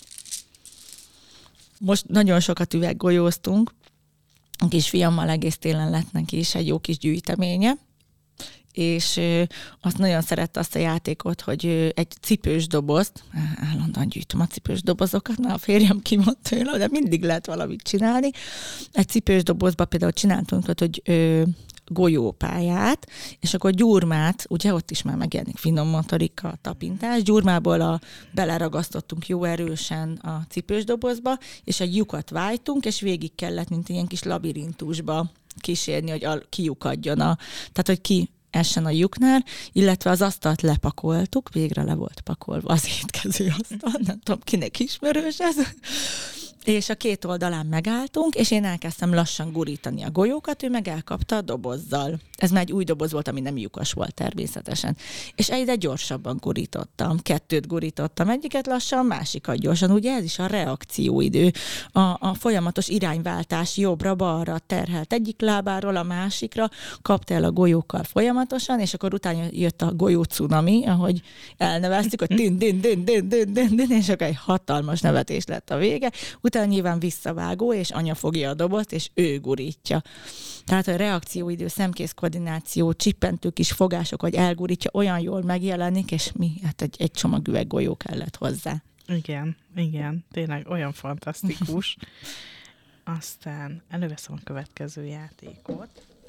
Most nagyon sokat üveggolyóztunk, a kis fiammal egész télen lett neki is egy jó kis gyűjteménye, és azt nagyon szerette azt a játékot, hogy egy cipős dobozt, állandóan gyűjtöm a cipős dobozokat, mert a férjem kimond tőle, de mindig lehet valamit csinálni. Egy cipős dobozba például csináltunk, hogy golyópályát, és akkor gyurmát, ugye ott is már megjelenik finom motorika, tapintás, gyurmából a, beleragasztottunk jó erősen a cipős dobozba, és egy lyukat vájtunk, és végig kellett, mint ilyen kis labirintusba kísérni, hogy a, kiukadjon a, tehát hogy ki essen a lyuknál, illetve az asztalt lepakoltuk, végre le volt pakolva az étkező asztal, nem tudom, kinek ismerős ez, és a két oldalán megálltunk, és én elkezdtem lassan gurítani a golyókat, ő meg elkapta a dobozzal. Ez már egy új doboz volt, ami nem lyukas volt természetesen. És egyre gyorsabban gurítottam. Kettőt gurítottam, egyiket lassan, másikat gyorsan. Ugye ez is a reakcióidő. A, a folyamatos irányváltás jobbra-balra terhelt egyik lábáról a másikra, kapta el a golyókkal folyamatosan, és akkor utána jött a golyó cunami, ahogy elneveztük, hogy din, din, din, din, din, din, din, és akkor egy hatalmas nevetés lett a vége. Utána nyilván visszavágó, és anya fogja a dobozt, és ő gurítja. Tehát a reakcióidő, szemkész koordináció, csippentő kis fogások, vagy elgurítja, olyan jól megjelenik, és mi, hát egy, egy csomag üveggolyó kellett hozzá. Igen, igen, tényleg olyan fantasztikus. Aztán előveszem a következő játékot.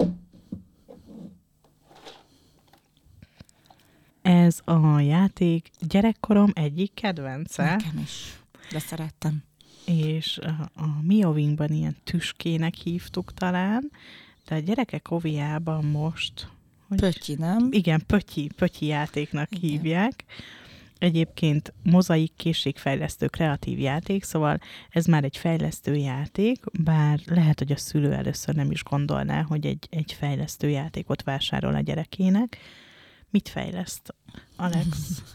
Ez a játék gyerekkorom egyik kedvence. Nekem is, de szerettem. És a, a Miovingban ilyen tüskének hívtuk talán, de a gyerekek oviában most... Hogy Pötyi, nem? Igen, pötyi, pötyi játéknak igen. hívják. Egyébként mozaik készségfejlesztő kreatív játék, szóval ez már egy fejlesztő játék, bár lehet, hogy a szülő először nem is gondolná, hogy egy, egy fejlesztő játékot vásárol a gyerekének. Mit fejleszt, Alex?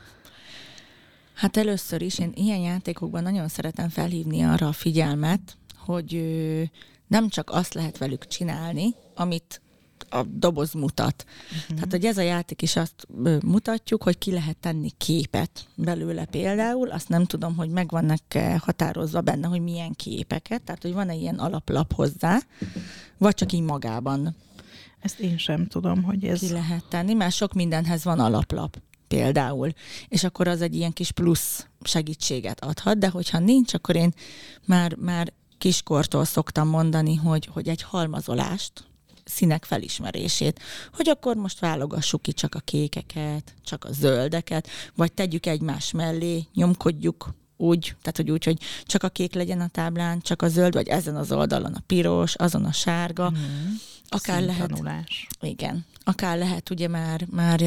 Hát először is én ilyen játékokban nagyon szeretem felhívni arra a figyelmet, hogy nem csak azt lehet velük csinálni, amit a doboz mutat. Uh-huh. Tehát, hogy ez a játék is azt mutatjuk, hogy ki lehet tenni képet belőle például, azt nem tudom, hogy meg vannak határozva benne, hogy milyen képeket, tehát, hogy van-e ilyen alaplap hozzá, vagy csak így magában. Ezt én sem tudom, hogy ez... Ki lehet tenni, mert sok mindenhez van alaplap. Például, és akkor az egy ilyen kis plusz segítséget adhat, de hogyha nincs, akkor én már, már kiskortól szoktam mondani, hogy, hogy egy halmazolást, színek felismerését, hogy akkor most válogassuk ki csak a kékeket, csak a zöldeket, vagy tegyük egymás mellé, nyomkodjuk úgy, tehát hogy úgy, hogy csak a kék legyen a táblán, csak a zöld, vagy ezen az oldalon a piros, azon a sárga. Mm. Akár lehet... Igen. Akár lehet ugye már, már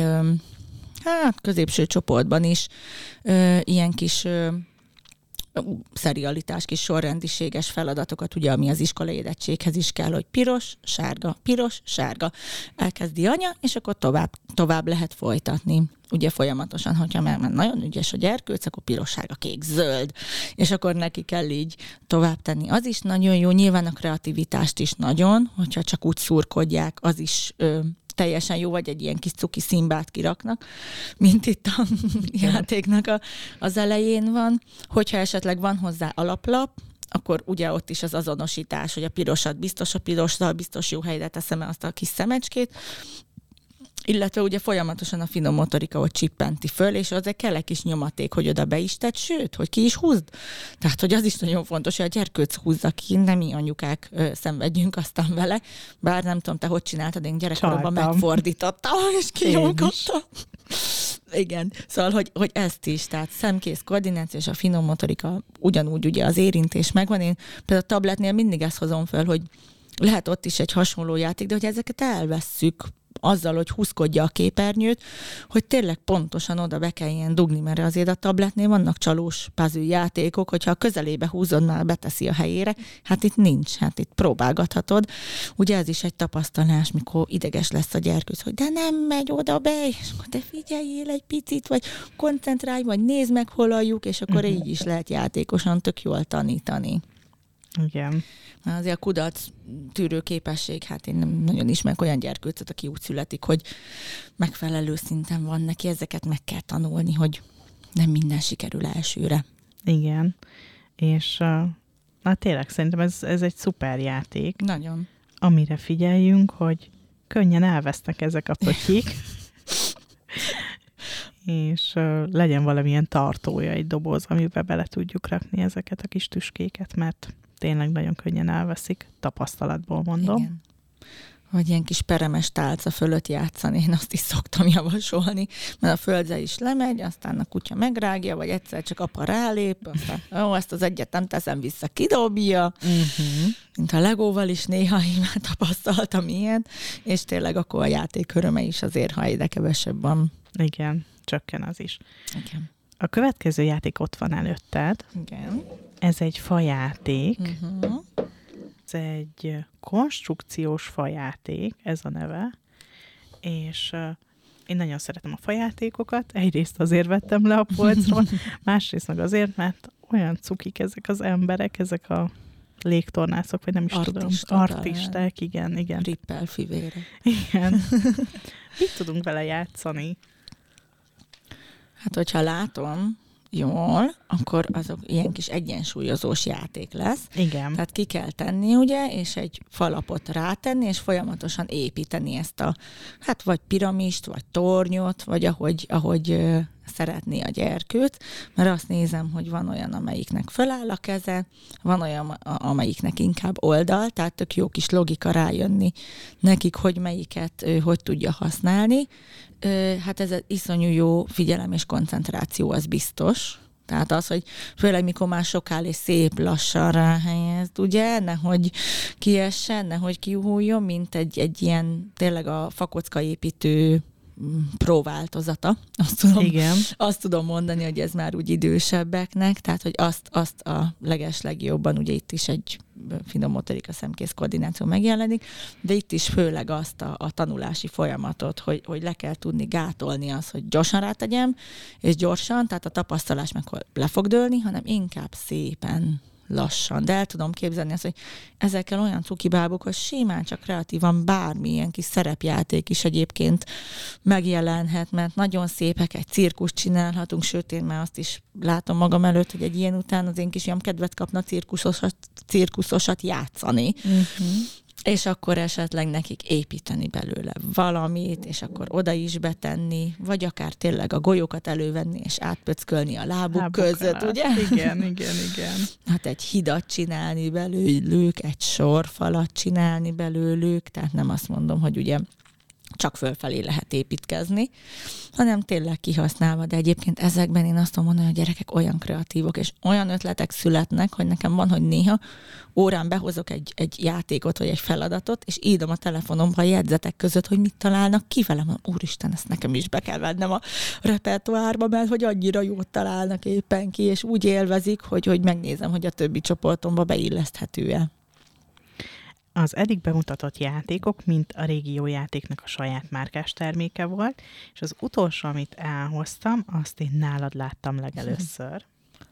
hát középső csoportban is ö, ilyen kis ö, szerialitás, kis sorrendiséges feladatokat, ugye, ami az iskolai érettséghez is kell, hogy piros, sárga, piros, sárga. Elkezdi anya, és akkor tovább, tovább lehet folytatni. Ugye folyamatosan, hogyha már nagyon ügyes a gyerkőc, akkor piros, sárga, kék, zöld, és akkor neki kell így tovább tenni. Az is nagyon jó, nyilván a kreativitást is nagyon, hogyha csak úgy szurkodják, az is ö, teljesen jó, vagy egy ilyen kis cuki szímbát kiraknak, mint itt a játéknak a, az elején van. Hogyha esetleg van hozzá alaplap, akkor ugye ott is az azonosítás, hogy a pirosat biztos, a pirossal biztos jó helyre teszem azt a kis szemecskét, illetve ugye folyamatosan a finom motorika ott csippenti föl, és azért kell egy kis nyomaték, hogy oda be is tedd, sőt, hogy ki is húzd. Tehát, hogy az is nagyon fontos, hogy a gyerkőc húzza ki, nem mi anyukák ö, szenvedjünk aztán vele, bár nem tudom, te hogy csináltad, én gyerekkoromban megfordítottam, és kinyomkodtam. Igen, szóval, hogy, hogy ezt is, tehát szemkész koordináció és a finom motorika ugyanúgy ugye az érintés megvan. Én például a tabletnél mindig ezt hozom föl, hogy lehet ott is egy hasonló játék, de hogy ezeket elvesszük azzal, hogy húszkodja a képernyőt, hogy tényleg pontosan oda be kell ilyen dugni, mert azért a tabletnél vannak csalós puzzle játékok, hogyha a közelébe húzod, már beteszi a helyére, hát itt nincs, hát itt próbálgathatod. Ugye ez is egy tapasztalás, mikor ideges lesz a gyerkőc, hogy de nem megy oda be, és akkor te figyeljél egy picit, vagy koncentrálj, vagy nézd meg, hol aljuk, és akkor így is lehet játékosan tök jól tanítani. Igen. Azért a kudarc tűrő képesség, hát én nem nagyon ismerek olyan gyerkőcöt, aki úgy születik, hogy megfelelő szinten van neki, ezeket meg kell tanulni, hogy nem minden sikerül elsőre. Igen, és na tényleg szerintem ez, ez egy szuper játék. Nagyon. Amire figyeljünk, hogy könnyen elvesznek ezek a pötyik, és uh, legyen valamilyen tartója, egy doboz, amiben bele tudjuk rakni ezeket a kis tüskéket, mert tényleg nagyon könnyen elveszik, tapasztalatból mondom. Igen. vagy ilyen kis peremes tálca fölött játszani, én azt is szoktam javasolni, mert a földre is lemegy, aztán a kutya megrágja, vagy egyszer csak apa rálép, aztán ó, ezt az egyet nem teszem vissza, kidobja, uh-huh. mint a Legóval is néha én már tapasztaltam ilyet, és tényleg akkor a játék öröme is azért, ha ide kevesebb van. Igen, csökken az is. Igen. A következő játék ott van előtted. Igen. Ez egy fajáték. Uh-huh. Ez egy konstrukciós fajáték, ez a neve, és uh, én nagyon szeretem a fajátékokat, egyrészt azért vettem le a polcról, másrészt meg azért, mert olyan cukik ezek az emberek, ezek a légtornászok, vagy nem is Artista, tudom. Artisták, igen, igen. Rippel fivére. Igen. Mit tudunk vele játszani? Hát, hogyha látom jól, akkor azok ilyen kis egyensúlyozós játék lesz. Igen. Tehát ki kell tenni, ugye, és egy falapot rátenni, és folyamatosan építeni ezt a, hát vagy piramist, vagy tornyot, vagy ahogy, ahogy ö, szeretné a gyerkőt, mert azt nézem, hogy van olyan, amelyiknek föláll a keze, van olyan, amelyiknek inkább oldal, tehát tök jó kis logika rájönni nekik, hogy melyiket ö, hogy tudja használni. Ö, hát ez egy iszonyú jó figyelem és koncentráció, az biztos. Tehát az, hogy főleg mikor már sokáll és szép lassan ráhelyezd, ugye, nehogy kiessen, nehogy kiújjon, mint egy, egy ilyen tényleg a fakocka építő pro változata. Azt tudom, Igen. azt tudom mondani, hogy ez már úgy idősebbeknek, tehát hogy azt, azt a legeslegjobban, ugye itt is egy finom motorika szemkész koordináció megjelenik, de itt is főleg azt a, a tanulási folyamatot, hogy, hogy le kell tudni gátolni az, hogy gyorsan rátegyem, és gyorsan, tehát a tapasztalás meg le fog dőlni, hanem inkább szépen lassan. De el tudom képzelni azt, hogy ezekkel olyan cukibábuk, hogy simán csak kreatívan bármilyen kis szerepjáték is egyébként megjelenhet, mert nagyon szépek, egy cirkuszt csinálhatunk, sőt, én már azt is látom magam előtt, hogy egy ilyen után az én kisfiam kedvet kapna cirkuszosat, cirkuszosat játszani. Uh-huh. És akkor esetleg nekik építeni belőle valamit, és akkor oda is betenni, vagy akár tényleg a golyókat elővenni, és átpöckölni a lábuk Lábuk között, alatt. Ugye? Igen, igen, igen. Hát egy hidat csinálni belőlük, egy sorfalat csinálni belőlük, tehát nem azt mondom, hogy ugye csak fölfelé lehet építkezni, hanem tényleg kihasználva, de egyébként ezekben én azt tudom mondani, hogy a gyerekek olyan kreatívok, és olyan ötletek születnek, hogy nekem van, hogy néha órán behozok egy, egy játékot, vagy egy feladatot, és írom a telefonomba a jegyzetek között, hogy mit találnak ki velem. Úristen, ezt nekem is be kell vennem a repertoárba, mert hogy annyira jót találnak éppen ki, és úgy élvezik, hogy, hogy megnézem, hogy a többi csoportomba beilleszthető-e. Az eddig bemutatott játékok, mint a régiójátéknak a saját márkás terméke volt, és az utolsó, amit elhoztam, azt én nálad láttam legelőször.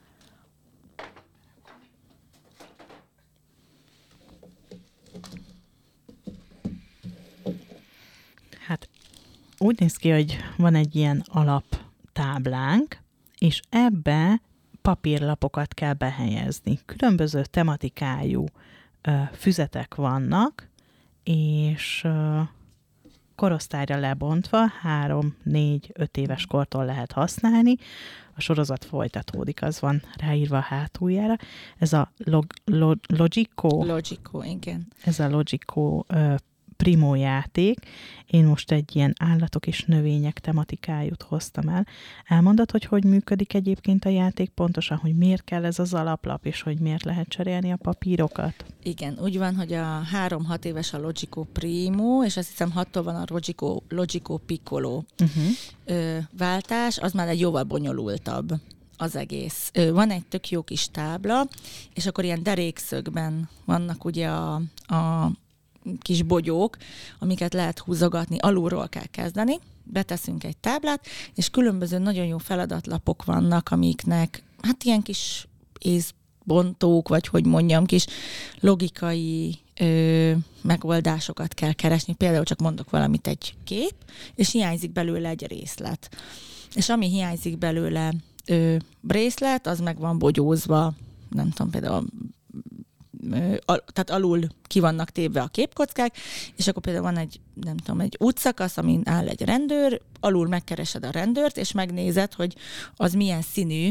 Hát úgy néz ki, hogy van egy ilyen alaptáblánk, és ebbe papírlapokat kell behelyezni. Különböző tematikájú füzetek vannak, és korosztályra lebontva három, négy, öt éves kortól lehet használni. A sorozat folytatódik, az van ráírva a hátuljára. Ez a log, log, Logico. Logico, igen. Ez a Logico uh, Primo játék. Én most egy ilyen állatok és növények tematikájút hoztam el. Elmondod, hogy hogy működik egyébként a játék pontosan, hogy miért kell ez az alaplap, és hogy miért lehet cserélni a papírokat? Igen, úgy van, hogy a három-hat éves a Logico Primo, és azt hiszem hattól van a Logico, Logico Piccolo uh-huh. ö, váltás, az már egy jóval bonyolultabb az egész. Ö, van egy tök jó kis tábla, és akkor ilyen derékszögben vannak ugye a, a kis bogyók, amiket lehet húzogatni, alulról kell kezdeni, beteszünk egy táblát, és különböző nagyon jó feladatlapok vannak, amiknek hát ilyen kis észbontók, vagy hogy mondjam, kis logikai ö, megoldásokat kell keresni. Például csak mondok valamit, egy kép, és hiányzik belőle egy részlet. És ami hiányzik belőle ö, részlet, az meg van bogyózva, nem tudom, például tehát alul ki vannak tévve a képkockák, és akkor például van egy, nem tudom, egy útszakasz, amin áll egy rendőr, alul megkeresed a rendőrt, és megnézed, hogy az milyen színű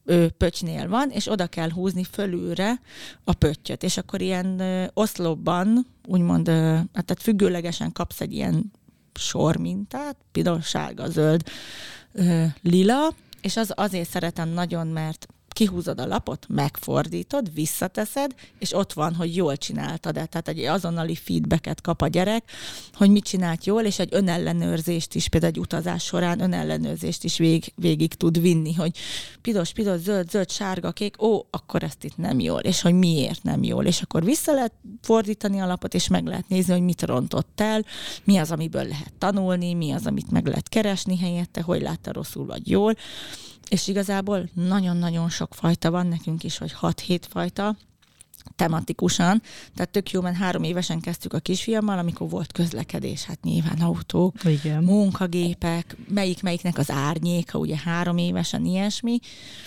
ö, pöcsnél van, és oda kell húzni fölülre a pöttyöt, és akkor ilyen ö, oszlopban, úgymond, ö, hát tehát függőlegesen kapsz egy ilyen sormintát, piros, sárga, zöld, ö, lila, és az azért szeretem nagyon, mert kihúzod a lapot, megfordítod, visszateszed, és ott van, hogy jól csináltad. Tehát egy azonnali feedbacket kap a gyerek, hogy mit csinált jól, és egy önellenőrzést is, például egy utazás során önellenőrzést is vég, végig tud vinni, hogy piros, piros, zöld, zöld, sárga, kék, ó, akkor ezt itt nem jól, és hogy miért nem jól. És akkor vissza lehet fordítani a lapot, és meg lehet nézni, hogy mit rontott el, mi az, amiből lehet tanulni, mi az, amit meg lehet keresni helyette, hogy látta rosszul vagy jól. És igazából nagyon-nagyon sok fajta van nekünk is, vagy hat-hét fajta tematikusan. Tehát tök jó, mert három évesen kezdtük a kisfiammal, amikor volt közlekedés, hát nyilván autók, igen, munkagépek, melyik-melyiknek az árnyéka, ugye három évesen ilyesmi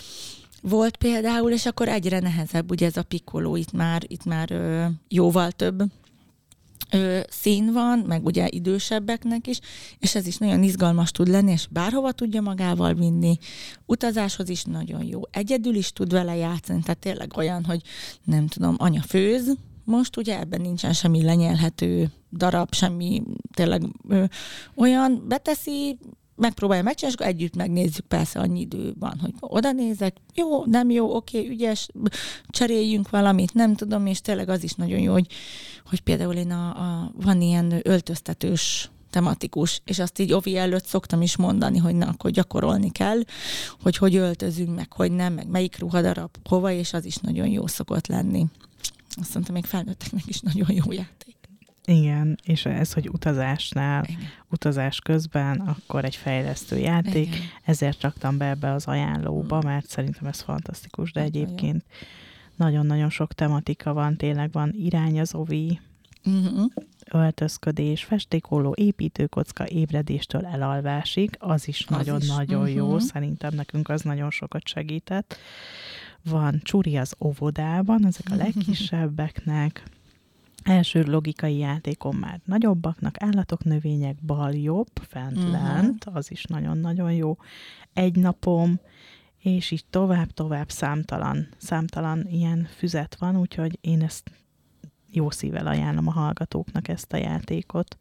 volt például, és akkor egyre nehezebb, ugye ez a Piccolo, itt már, itt már ö, jóval több Ö, szín van, meg ugye idősebbeknek is, és ez is nagyon izgalmas tud lenni, és bárhova tudja magával vinni. Utazáshoz is nagyon jó. Egyedül is tud vele játszani, tehát tényleg olyan, hogy nem tudom, anya főz, most ugye ebben nincsen semmi lenyelhető darab, semmi tényleg ö, olyan, beteszi, megpróbálja megcsinálni, és akkor együtt megnézzük, persze annyi idő van, hogy oda nézek, jó, nem jó, oké, ügyes, cseréljünk valamit, nem tudom, és tényleg az is nagyon jó, hogy, hogy például én a, a, van ilyen öltöztetős tematikus, és azt így ovi előtt szoktam is mondani, hogy na, akkor gyakorolni kell, hogy hogy öltözünk, meg hogy nem, meg melyik ruhadarab hova, és az is nagyon jó szokott lenni. Azt mondtam, még felnőtteknek is nagyon jó játék. Igen, és ez, hogy utazásnál, igen, utazás közben, akkor egy fejlesztő játék, igen, ezért raktam be ebbe az ajánlóba, hmm. mert szerintem ez fantasztikus, de nagyon egyébként jó. Nagyon-nagyon sok tematika van, tényleg van irány az ovi, uh-huh. öltözködés, festékolló, építőkocka, ébredéstől elalvásig, az is nagyon-nagyon uh-huh. jó, szerintem nekünk az nagyon sokat segített. Van csuri az óvodában, ezek a legkisebbeknek, első logikai játékon már nagyobbaknak, állatok, növények, bal, jobb, fent, uh-huh. lent, az is nagyon-nagyon jó. Egy napom, és így tovább-tovább számtalan, számtalan ilyen füzet van, úgyhogy én ezt jó szívvel ajánlom a hallgatóknak, ezt a játékot.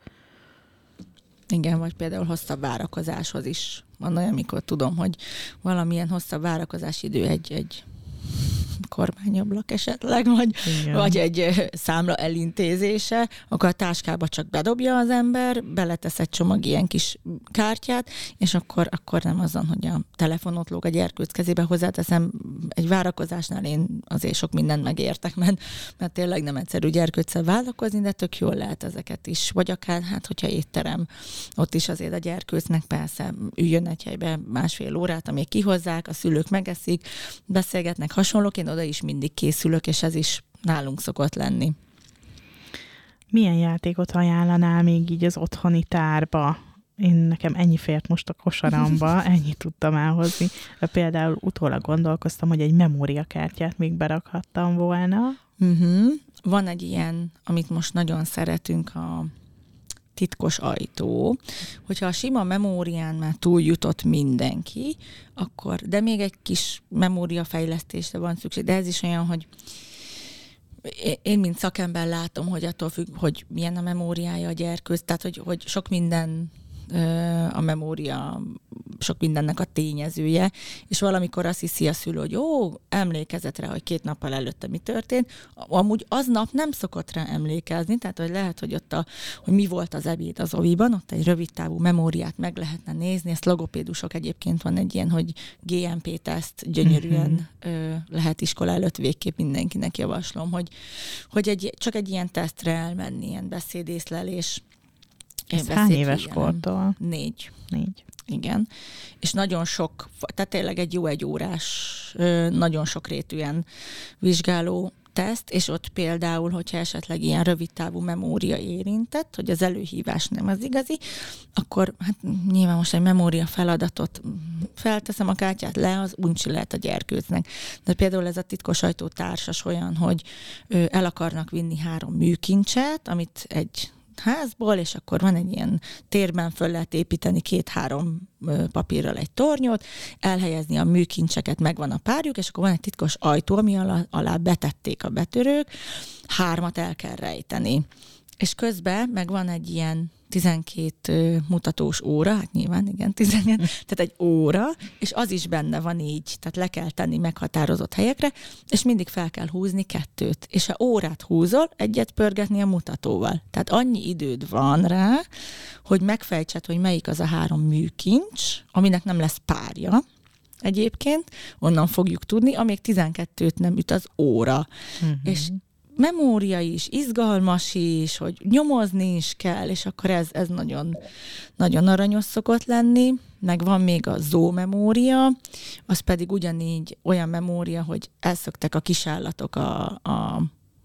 Igen, vagy például hosszabb várakozáshoz is van olyan, amikor tudom, hogy valamilyen hosszabb várakozási idő egy, egy kormányablak esetleg, vagy, vagy egy számla elintézése, akkor a táskába csak bedobja az ember, beletesz egy csomag ilyen kis kártyát, és akkor, akkor nem azon, hogy a telefonot lóg a gyerkőc kezébe, hozzáteszem, egy várakozásnál én azért sok mindent megértek, mert, mert tényleg nem egyszerű gyerkőccel várakozni, de tök jól lehet ezeket is. Vagy akár, hát, hogyha étterem, ott is azért a gyerkőcnek persze üljön egy helybe másfél órát, amíg kihozzák, a szülők megeszik, beszélgetnek, hasonlók, én oda is mindig készülök, és ez is nálunk szokott lenni. Milyen játékot ajánlanál még így az otthoni tárba? Én nekem ennyi fért most a kosaramba, ennyit tudtam elhozni. De például utólag gondolkoztam, hogy egy memóriakártyát még berakhattam volna. Uh-huh. Van egy ilyen, amit most nagyon szeretünk, a titkos ajtó, hogyha a sima memórián már túljutott mindenki, akkor, de még egy kis memóriafejlesztésre van szükség, de ez is olyan, hogy én, mint szakember látom, hogy attól függ, hogy milyen a memóriája a gyerkőc, tehát, hogy, hogy sok minden a memória, sok mindennek a tényezője, és valamikor azt hiszi a szülő, hogy jó, emlékezetre, hogy két nappal előtte mi történt, amúgy aznap nem szokott rá emlékezni, tehát hogy lehet, hogy ott a, hogy mi volt az ebéd az oviban, ott egy rövid távú memóriát meg lehetne nézni, ezt logopédusok egyébként van egy ilyen, hogy gé em pé-teszt gyönyörűen ö, lehet iskola előtt végképp mindenkinek javaslom, hogy, hogy egy, csak egy ilyen tesztre elmenni, ilyen beszédészlelés. Ez hány éves kortól? Négy. Négy. Igen. És nagyon sok, tehát tényleg egy jó egy órás, nagyon sokrétűen vizsgáló teszt, és ott például, hogyha esetleg ilyen rövidtávú memória érintett, hogy az előhívás nem az igazi, akkor hát nyilván most egy memória feladatot felteszem a kártyát le, az uncsi lehet a gyerkőcnek. De például ez a titkos ajtó társas olyan, hogy el akarnak vinni három műkincset, amit egy házból, és akkor van egy ilyen térben föl lehet építeni két-három papírral egy tornyot, elhelyezni a műkincseket, megvan a párjuk, és akkor van egy titkos ajtó, ami alá, alá betették a betörők, hármat el kell rejteni. És közben meg van egy ilyen tizenkét mutatós óra, hát nyilván, igen, tizenkét, tehát egy óra, és az is benne van így, tehát le kell tenni meghatározott helyekre, és mindig fel kell húzni kettőt. És ha órát húzol, egyet pörgetni a mutatóval. Tehát annyi időd van rá, hogy megfejtsed, hogy melyik az a három műkincs, aminek nem lesz párja, egyébként, onnan fogjuk tudni, amíg tizenkettőt nem üt az óra. Uh-huh. És memória is, izgalmas is, hogy nyomozni is kell, és akkor ez, ez nagyon, nagyon aranyos szokott lenni. Meg van még a zoomemória, az pedig ugyanígy olyan memória, hogy elszöktek a kisállatok a, a,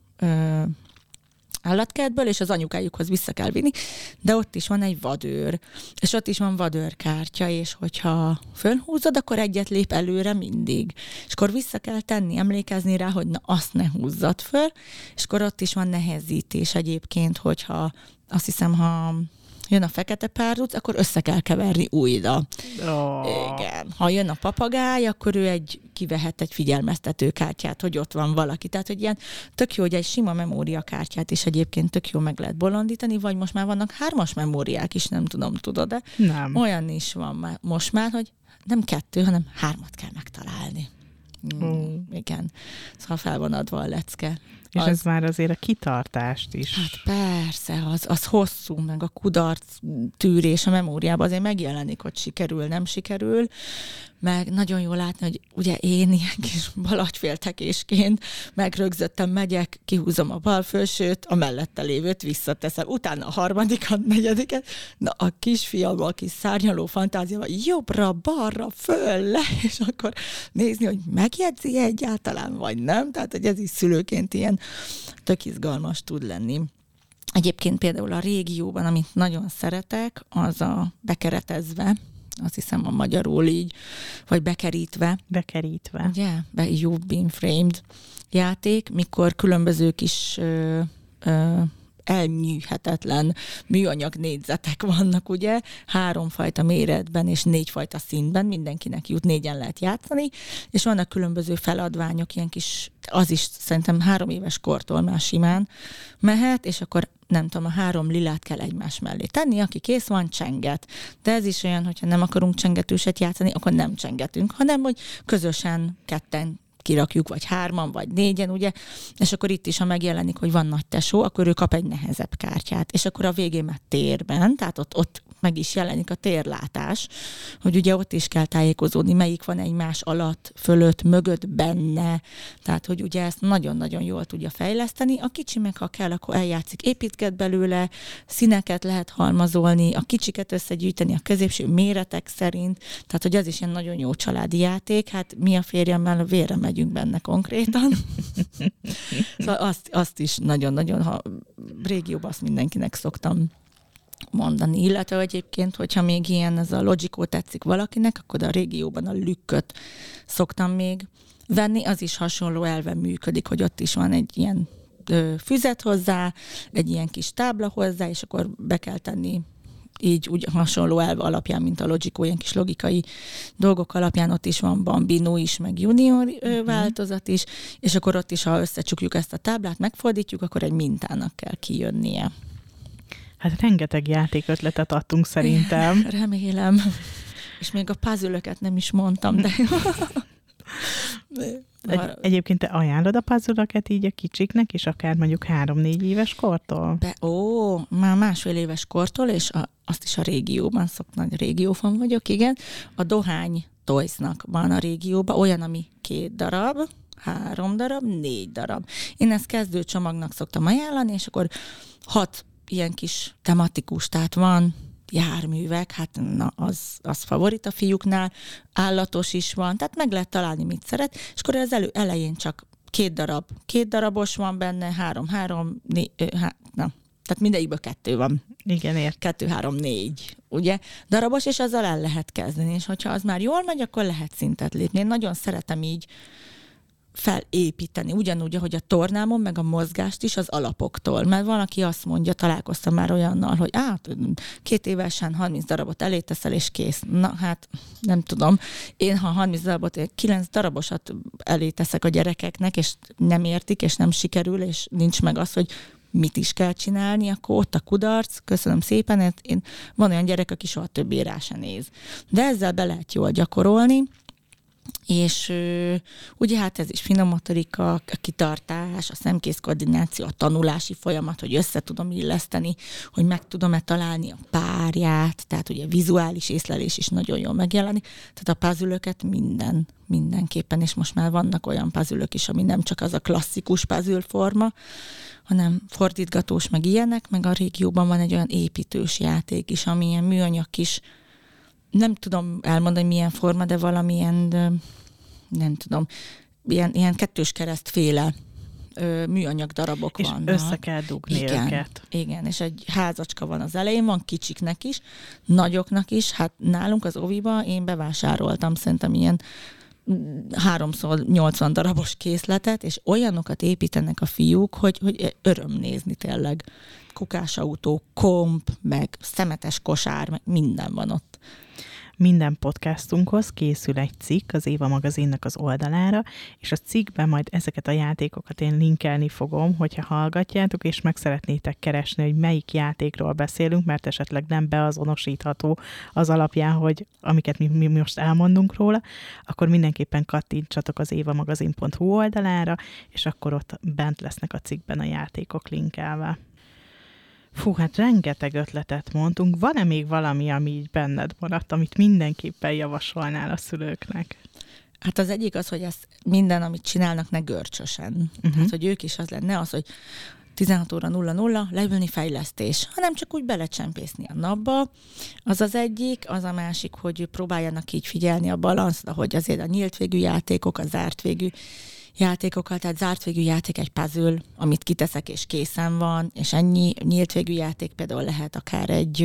a állatkertből, és az anyukájukhoz vissza kell vinni, de ott is van egy vadőr, és ott is van vadőrkártya, és hogyha fölhúzod, akkor egyet lép előre mindig. És akkor vissza kell tenni, emlékezni rá, hogy na azt ne húzzad föl, és akkor ott is van nehezítés egyébként, hogyha azt hiszem, ha jön a fekete párduc, akkor össze kell keverni újra. Oh. Igen. Ha jön a papagáj, akkor ő egy, kivehet egy figyelmeztető kártyát, hogy ott van valaki. Tehát, hogy ilyen tök jó, hogy egy sima memóriakártyát is egyébként tök jó meg lehet bolondítani, vagy most már vannak hármas memóriák is, nem tudom, tudod, de nem. Olyan is van már, most már, hogy nem kettő, hanem hármat kell megtalálni. Mm, mm. Igen. Szóval fel van adva a lecke. És az, ez már azért a kitartást is. Hát persze, az, az hosszú, meg a kudarc tűrés a memóriában azért megjelenik, hogy sikerül, nem sikerül, meg nagyon jól látni, hogy ugye én ilyen kis balagyféltekésként megrögzöttem, megyek, kihúzom a bal felsőt, a mellette lévőt visszateszem, utána a harmadikat, negyediket, na a kisfiam, a kis szárnyaló fantáziával jobbra, balra, föl, le, és akkor nézni, hogy megjegyzi egyáltalán, vagy nem, tehát hogy ez is szülőként ilyen tök izgalmas tud lenni. Egyébként például a régióban, amit nagyon szeretek, az a bekeretezve, azt hiszem a magyarul így, vagy bekerítve. Bekerítve. Ugye? Be, You've been framed játék, mikor különböző kis ö, ö, elnyűhetetlen műanyag négyzetek vannak, ugye? Háromfajta méretben és négyfajta színben, mindenkinek jut, négyen lehet játszani, és vannak különböző feladványok, ilyen kis, az is szerintem három éves kortól már simán mehet, és akkor nem tudom, a három lilát kell egymás mellé tenni, aki kész van, csenget. De ez is olyan, hogyha nem akarunk csengetőset játszani, akkor nem csengetünk, hanem hogy közösen ketten kirakjuk, vagy hárman, vagy négyen, ugye, és akkor itt is, ha megjelenik, hogy van nagy tesó, akkor ő kap egy nehezebb kártyát, és akkor a végén már térben, tehát ott, ott meg is jelenik a térlátás, hogy ugye ott is kell tájékozódni, melyik van egymás alatt, fölött, mögött, benne, tehát hogy ugye ezt nagyon-nagyon jól tudja fejleszteni. A kicsi meg, ha kell, akkor eljátszik, építket belőle, színeket lehet halmazolni, a kicsiket összegyűjteni a középső méretek szerint, tehát hogy az is egy nagyon jó családi játék, hát mi a férjemmel vérre megyünk benne konkrétan. Szóval azt, azt is nagyon-nagyon, ha régióban azt mindenkinek szoktam mondani, illetve egyébként, hogyha még ilyen ez a Logikó tetszik valakinek, akkor a régióban a lükköt szoktam még venni, az is hasonló elven működik, hogy ott is van egy ilyen ö, füzet hozzá, egy ilyen kis tábla hozzá, és akkor be kell tenni így úgy hasonló elv alapján, mint a Logikó, ilyen kis logikai dolgok alapján, ott is van Bambino is, meg junior ö, változat is, és akkor ott is, ha összecsukjuk ezt a táblát, megfordítjuk, akkor egy mintának kell kijönnie. Hát rengeteg játékötletet adtunk szerintem. Remélem. És még a puzzle-öket nem is mondtam, de... Egy, egyébként te ajánlod a puzzle-öket így a kicsiknek, és akár mondjuk három-négy éves kortól? Be, ó, már másfél éves kortól, és a, azt is a régióban szoktam, régiófan vagyok, igen. A Dohány Toysnak van a régióban, olyan, ami két darab, három darab, négy darab. Én ezt kezdőcsomagnak szoktam ajánlani, és akkor hat ilyen kis tematikus, tehát van járművek, hát na, az, az favorit a fiúknál, állatos is van, tehát meg lehet találni, mit szeret, és akkor az elő, elején csak két darab, két darabos van benne, három, három, né, ö, há, na, tehát mindegyikből kettő van. Igen, ért. Kettő, három, négy, ugye? Darabos, és azzal el lehet kezdeni, és hogyha az már jól megy, akkor lehet szintet lépni. Én nagyon szeretem így felépíteni, ugyanúgy, ahogy a tornámon, meg a mozgást is az alapoktól. Mert valaki azt mondja, találkoztam már olyannal, hogy át, két évesen harminc darabot elé teszel, és kész. Na hát, nem tudom. Én, ha harminc darabot, kilenc darabosat elé teszek a gyerekeknek, és nem értik, és nem sikerül, és nincs meg az, hogy mit is kell csinálni, akkor ott a kudarc, köszönöm szépen, én, van olyan gyerek, aki soha többé rá se néz. De ezzel be lehet jól gyakorolni, és ugye hát ez is finom motorika, a kitartás, a szemkész koordináció, a tanulási folyamat, hogy össze tudom illeszteni, hogy meg tudom-e találni a párját, tehát ugye vizuális észlelés is nagyon jól megjelenik, tehát a puzzle-öket minden, mindenképpen, és most már vannak olyan puzzle-ök is, ami nem csak az a klasszikus puzzle forma, hanem fordítgatós, meg ilyenek, meg a régióban van egy olyan építős játék is, ami ilyen műanyag kis, nem tudom elmondani, milyen forma, de valamilyen, nem tudom, ilyen, ilyen kettős keresztféle ö, műanyag darabok és vannak. És össze kell dugni igen, őket. Igen, és egy házacska van az elején, van kicsiknek is, nagyoknak is, hát nálunk az oviba én bevásároltam szerintem ilyen háromszor nyolcvan darabos készletet, és olyanokat építenek a fiúk, hogy, hogy öröm nézni tényleg. Kukásautó, komp, meg szemetes kosár, meg minden van ott. Minden podcastunkhoz készül egy cikk az Éva magazinnak az oldalára, és a cikkben majd ezeket a játékokat én linkelni fogom, hogyha hallgatjátok, és meg szeretnétek keresni, hogy melyik játékról beszélünk, mert esetleg nem beazonosítható az alapján, hogy amiket mi, mi most elmondunk róla, akkor mindenképpen kattintsatok az évamagazin pont hu oldalára, és akkor ott bent lesznek a cikkben a játékok linkelve. Fú, hát rengeteg ötletet mondtunk. Van-e még valami, ami így benned maradt, amit mindenképpen javasolnál a szülőknek? Hát az egyik az, hogy ezt minden, amit csinálnak, ne görcsösen. Uh-huh. Tehát, hogy ők is az lenne az, hogy tizenhat óra nulla nulla leülni fejlesztés, hanem csak úgy belecsempészni a napba. Az az egyik, az a másik, hogy próbáljanak így figyelni a balanszt, ahogy azért a nyílt végű játékok, a zárt végű játékokkal, tehát zárt végű játék egy puzzle, amit kiteszek és készen van, és ennyi. Nyílt végű játék például lehet akár egy,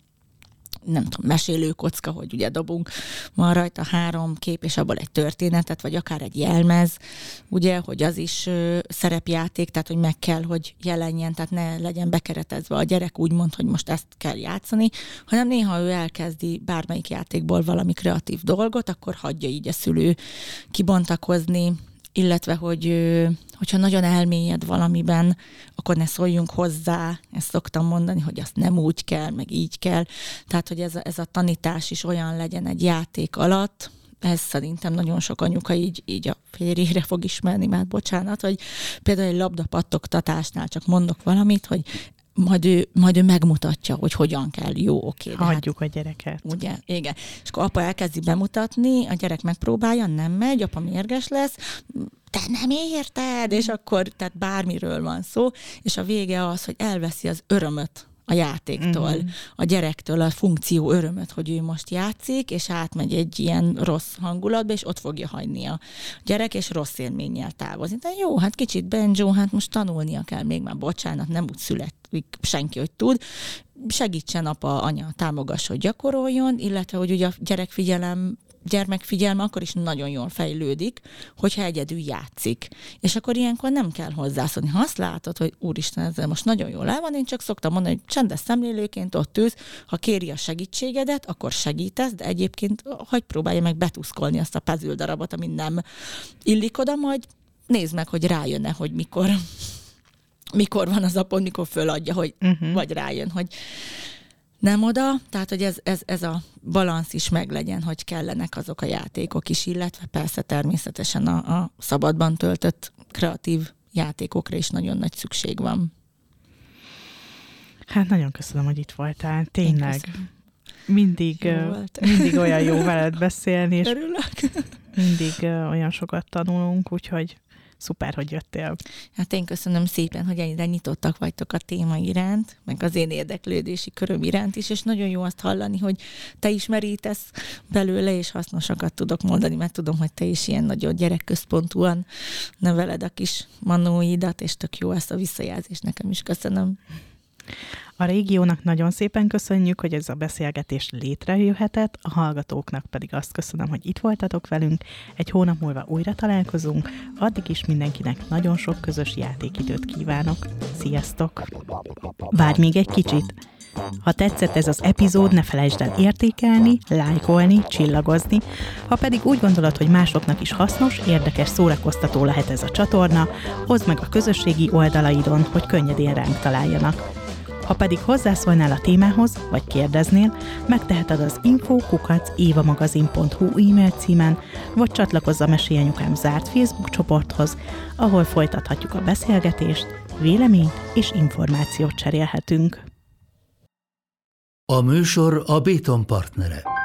nem tudom, mesélő kocka, hogy ugye dobunk, van rajta három kép, és abból egy történetet, vagy akár egy jelmez, ugye, hogy az is ö, szerepjáték, tehát hogy meg kell, hogy jelenjen, tehát ne legyen bekeretezve a gyerek úgymond, hogy most ezt kell játszani, hanem néha ő elkezdi bármelyik játékból valami kreatív dolgot, akkor hagyja így a szülő kibontakozni, illetve, hogy hogyha nagyon elmélyed valamiben, akkor ne szóljunk hozzá, ezt szoktam mondani, hogy azt nem úgy kell, meg így kell. Tehát, hogy ez a, ez a tanítás is olyan legyen egy játék alatt, ez szerintem nagyon sok anyuka így, így a férjére fog ismerni, már bocsánat, hogy például egy labdapattogtatásnál csak mondok valamit, hogy majd ő, majd ő megmutatja, hogy hogyan kell. Jó, oké. Hagyjuk hát, a gyereket. Ugye, igen. És akkor apa elkezdi bemutatni, a gyerek megpróbálja, nem megy, apa mérges lesz, te nem érted, és akkor, tehát bármiről van szó, és a vége az, hogy elveszi az örömöt a játéktól, mm-hmm. a gyerektől a funkció örömöt, hogy ő most játszik, és átmegy egy ilyen rossz hangulatba, és ott fogja hagyni a gyerek, és rossz élménnyel távozni. De jó, hát kicsit Benjo, hát most tanulnia kell, még már bocsánat, nem úgy születik senki, hogy tud. Segítsen apa, anya, támogass, hogy gyakoroljon, illetve, hogy ugye a gyerekfigyelem gyermekfigyelme akkor is nagyon jól fejlődik, hogyha egyedül játszik. És akkor ilyenkor nem kell hozzászólni. Ha azt látod, hogy úristen, ezzel most nagyon jól el van, én csak szoktam mondani, hogy csendes szemlélőként ott ülsz, ha kéri a segítségedet, akkor segítesz, de egyébként hagyj próbálja meg betuszkolni azt a puzzle darabot, ami nem illik oda, majd nézd meg, hogy rájön-e, hogy mikor, mikor van az a pont, mikor föladja, hogy uh-huh. vagy rájön, hogy nem oda, tehát, hogy ez, ez, ez a balansz is meglegyen, hogy kellenek azok a játékok is, illetve persze természetesen a, a szabadban töltött kreatív játékokra is nagyon nagy szükség van. Hát nagyon köszönöm, hogy itt voltál. Tényleg. Mindig, mindig olyan jó veled beszélni, és Örülök. mindig olyan sokat tanulunk, úgyhogy szuper, hogy jöttél. Hát én köszönöm szépen, hogy ennyire nyitottak vagytok a téma iránt, meg az én érdeklődési köröm iránt is, és nagyon jó azt hallani, hogy te is merítesz belőle, és hasznosakat tudok mondani, mert tudom, hogy te is ilyen nagyon gyerekközpontúan neveled a kis manóidat, és tök jó ezt a visszajelzést, nekem is köszönöm. A régiónak nagyon szépen köszönjük, hogy ez a beszélgetés létrejöhetett, a hallgatóknak pedig azt köszönöm, hogy itt voltatok velünk. Egy hónap múlva újra találkozunk, addig is mindenkinek nagyon sok közös játékidőt kívánok. Sziasztok! Várj még egy kicsit! Ha tetszett ez az epizód, ne felejtsd el értékelni, lájkolni, csillagozni. Ha pedig úgy gondolod, hogy másoknak is hasznos, érdekes, szórakoztató lehet ez a csatorna, hozd meg a közösségi oldalaidon, hogy könnyedén ránk találjanak. Ha pedig hozzászólnál a témához, vagy kérdeznél, megteheted az info kukac évamagazin pont hu e-mail címen, vagy csatlakozz a Mesélyanyukám zárt Facebook csoporthoz, ahol folytathatjuk a beszélgetést, véleményt és információt cserélhetünk. A műsor a Béton partnere.